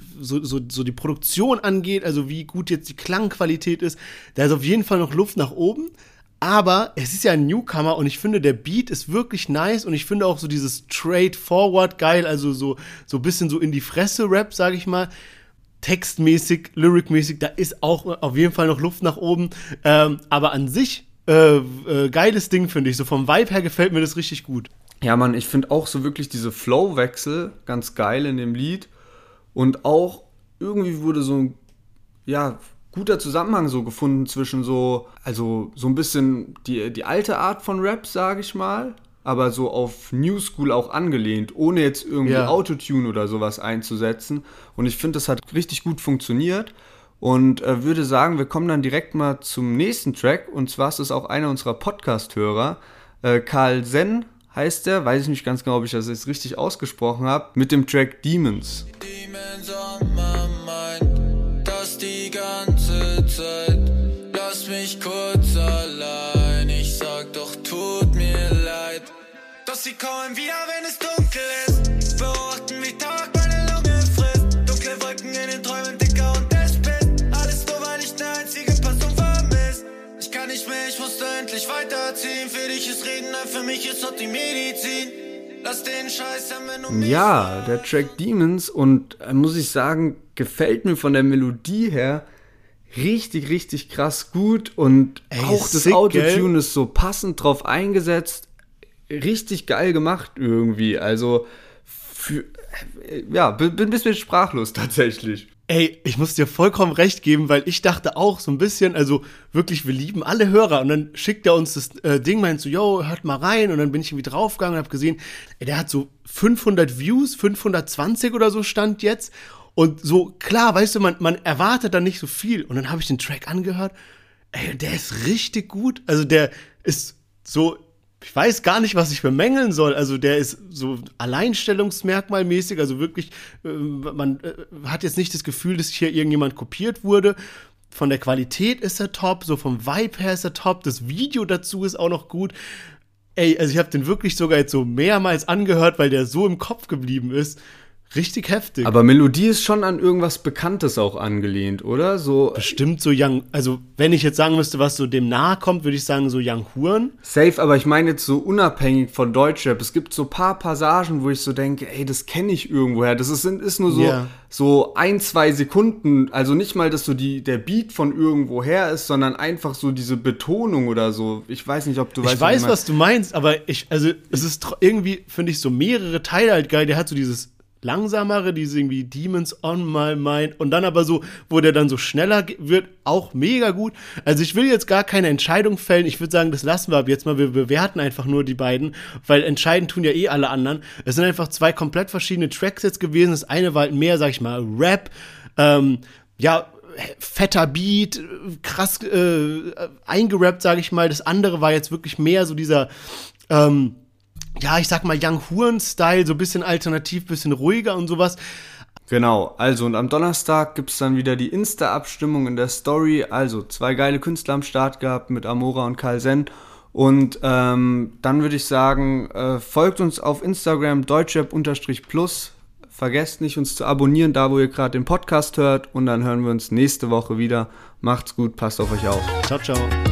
Produktion angeht, also wie gut jetzt die Klangqualität ist, da ist auf jeden Fall noch Luft nach oben, aber es ist ja ein Newcomer und ich finde, der Beat ist wirklich nice und ich finde auch so dieses Straightforward geil, also so ein bisschen so in die Fresse Rap, sag ich mal, textmäßig, lyricmäßig, da ist auch auf jeden Fall noch Luft nach oben, aber an sich geiles Ding, finde ich, so vom Vibe her gefällt mir das richtig gut. Ja, Mann, ich finde auch so wirklich diese Flow-Wechsel ganz geil in dem Lied. Und auch irgendwie wurde so ein, guter Zusammenhang so gefunden zwischen so ein bisschen die alte Art von Rap, sage ich mal, aber so auf New School auch angelehnt, ohne jetzt irgendwie Autotune oder sowas einzusetzen. Und ich finde, das hat richtig gut funktioniert. Und würde sagen, wir kommen dann direkt mal zum nächsten Track. Und zwar ist es auch einer unserer Podcast-Hörer, Karl Sen heißt der, weiß ich nicht ganz genau, ob ich das jetzt richtig ausgesprochen habe, mit dem Track Demons. Demons on my mind, das die ganze Zeit. Lass mich kurz allein, ich sag doch, tut mir leid. Doch sie kommen wieder, wenn es dunkel ist. Beobachten wie Tag meine Lunge frisst. Dunkle Wolken in den Träumen, dicker und der Spit. Alles nur, weil ich eine einzige Person vermisst. Ich kann nicht mehr, ich musste endlich weiterziehen. Für dich ist Reden, für mich ist noch die Medizin. Lass den Scheiß haben, wenn du mich Ja, der Track Demons und muss ich sagen, gefällt mir von der Melodie her richtig, richtig krass gut und auch das sick, Autotune ist so passend drauf eingesetzt. Richtig geil gemacht irgendwie. Also, bin ein bisschen sprachlos tatsächlich. Ey, ich muss dir vollkommen recht geben, weil ich dachte auch so ein bisschen, also wirklich, wir lieben alle Hörer und dann schickt er uns das Ding, meint so, yo, hört mal rein und dann bin ich irgendwie draufgegangen und hab gesehen, ey, der hat so 500 Views, 520 oder so stand jetzt und so, klar, weißt du, man erwartet dann nicht so viel und dann habe ich den Track angehört, ey, der ist richtig gut, also der ist so, ich weiß gar nicht, was ich bemängeln soll. Also der ist so alleinstellungsmerkmalmäßig, also wirklich, man hat jetzt nicht das Gefühl, dass hier irgendjemand kopiert wurde. Von der Qualität ist er top, so vom Vibe her ist er top, das Video dazu ist auch noch gut. Ey, also ich habe den wirklich sogar jetzt so mehrmals angehört, weil der so im Kopf geblieben ist. Richtig heftig. Aber Melodie ist schon an irgendwas Bekanntes auch angelehnt, oder? So bestimmt so Young, also wenn ich jetzt sagen müsste, was so dem nahe kommt, würde ich sagen so Young Huren. Safe, aber ich meine jetzt so unabhängig von Deutschrap. Es gibt so ein paar Passagen, wo ich so denke, ey, das kenne ich irgendwoher. Das ist nur so, so 1-2 Sekunden. Also nicht mal, dass so der Beat von irgendwoher ist, sondern einfach so diese Betonung oder so. Ich weiß nicht, ob du weißt, ich weiß, was du meinst, aber es ist irgendwie, finde ich, so mehrere Teile halt geil. Der hat so dieses langsamere, diese irgendwie Demons on my mind und dann aber so, wo der dann so schneller wird, auch mega gut. Also ich will jetzt gar keine Entscheidung fällen, ich würde sagen, das lassen wir ab jetzt mal, wir bewerten einfach nur die beiden, weil entscheiden tun ja alle anderen. Es sind einfach 2 komplett verschiedene Tracks jetzt gewesen, das eine war halt mehr, sag ich mal, Rap, fetter Beat, krass eingerappt, sag ich mal, das andere war jetzt wirklich mehr so dieser ich sag mal Young Huren-Style, so ein bisschen alternativ, bisschen ruhiger und sowas. Genau, also und am Donnerstag gibt's dann wieder die Insta-Abstimmung in der Story, also 2 geile Künstler am Start gehabt mit Amora und Karl Sen und dann würde ich sagen, folgt uns auf Instagram deutschrap_plus, vergesst nicht uns zu abonnieren, da wo ihr gerade den Podcast hört und dann hören wir uns nächste Woche wieder. Macht's gut, passt auf euch auf. Ciao, ciao.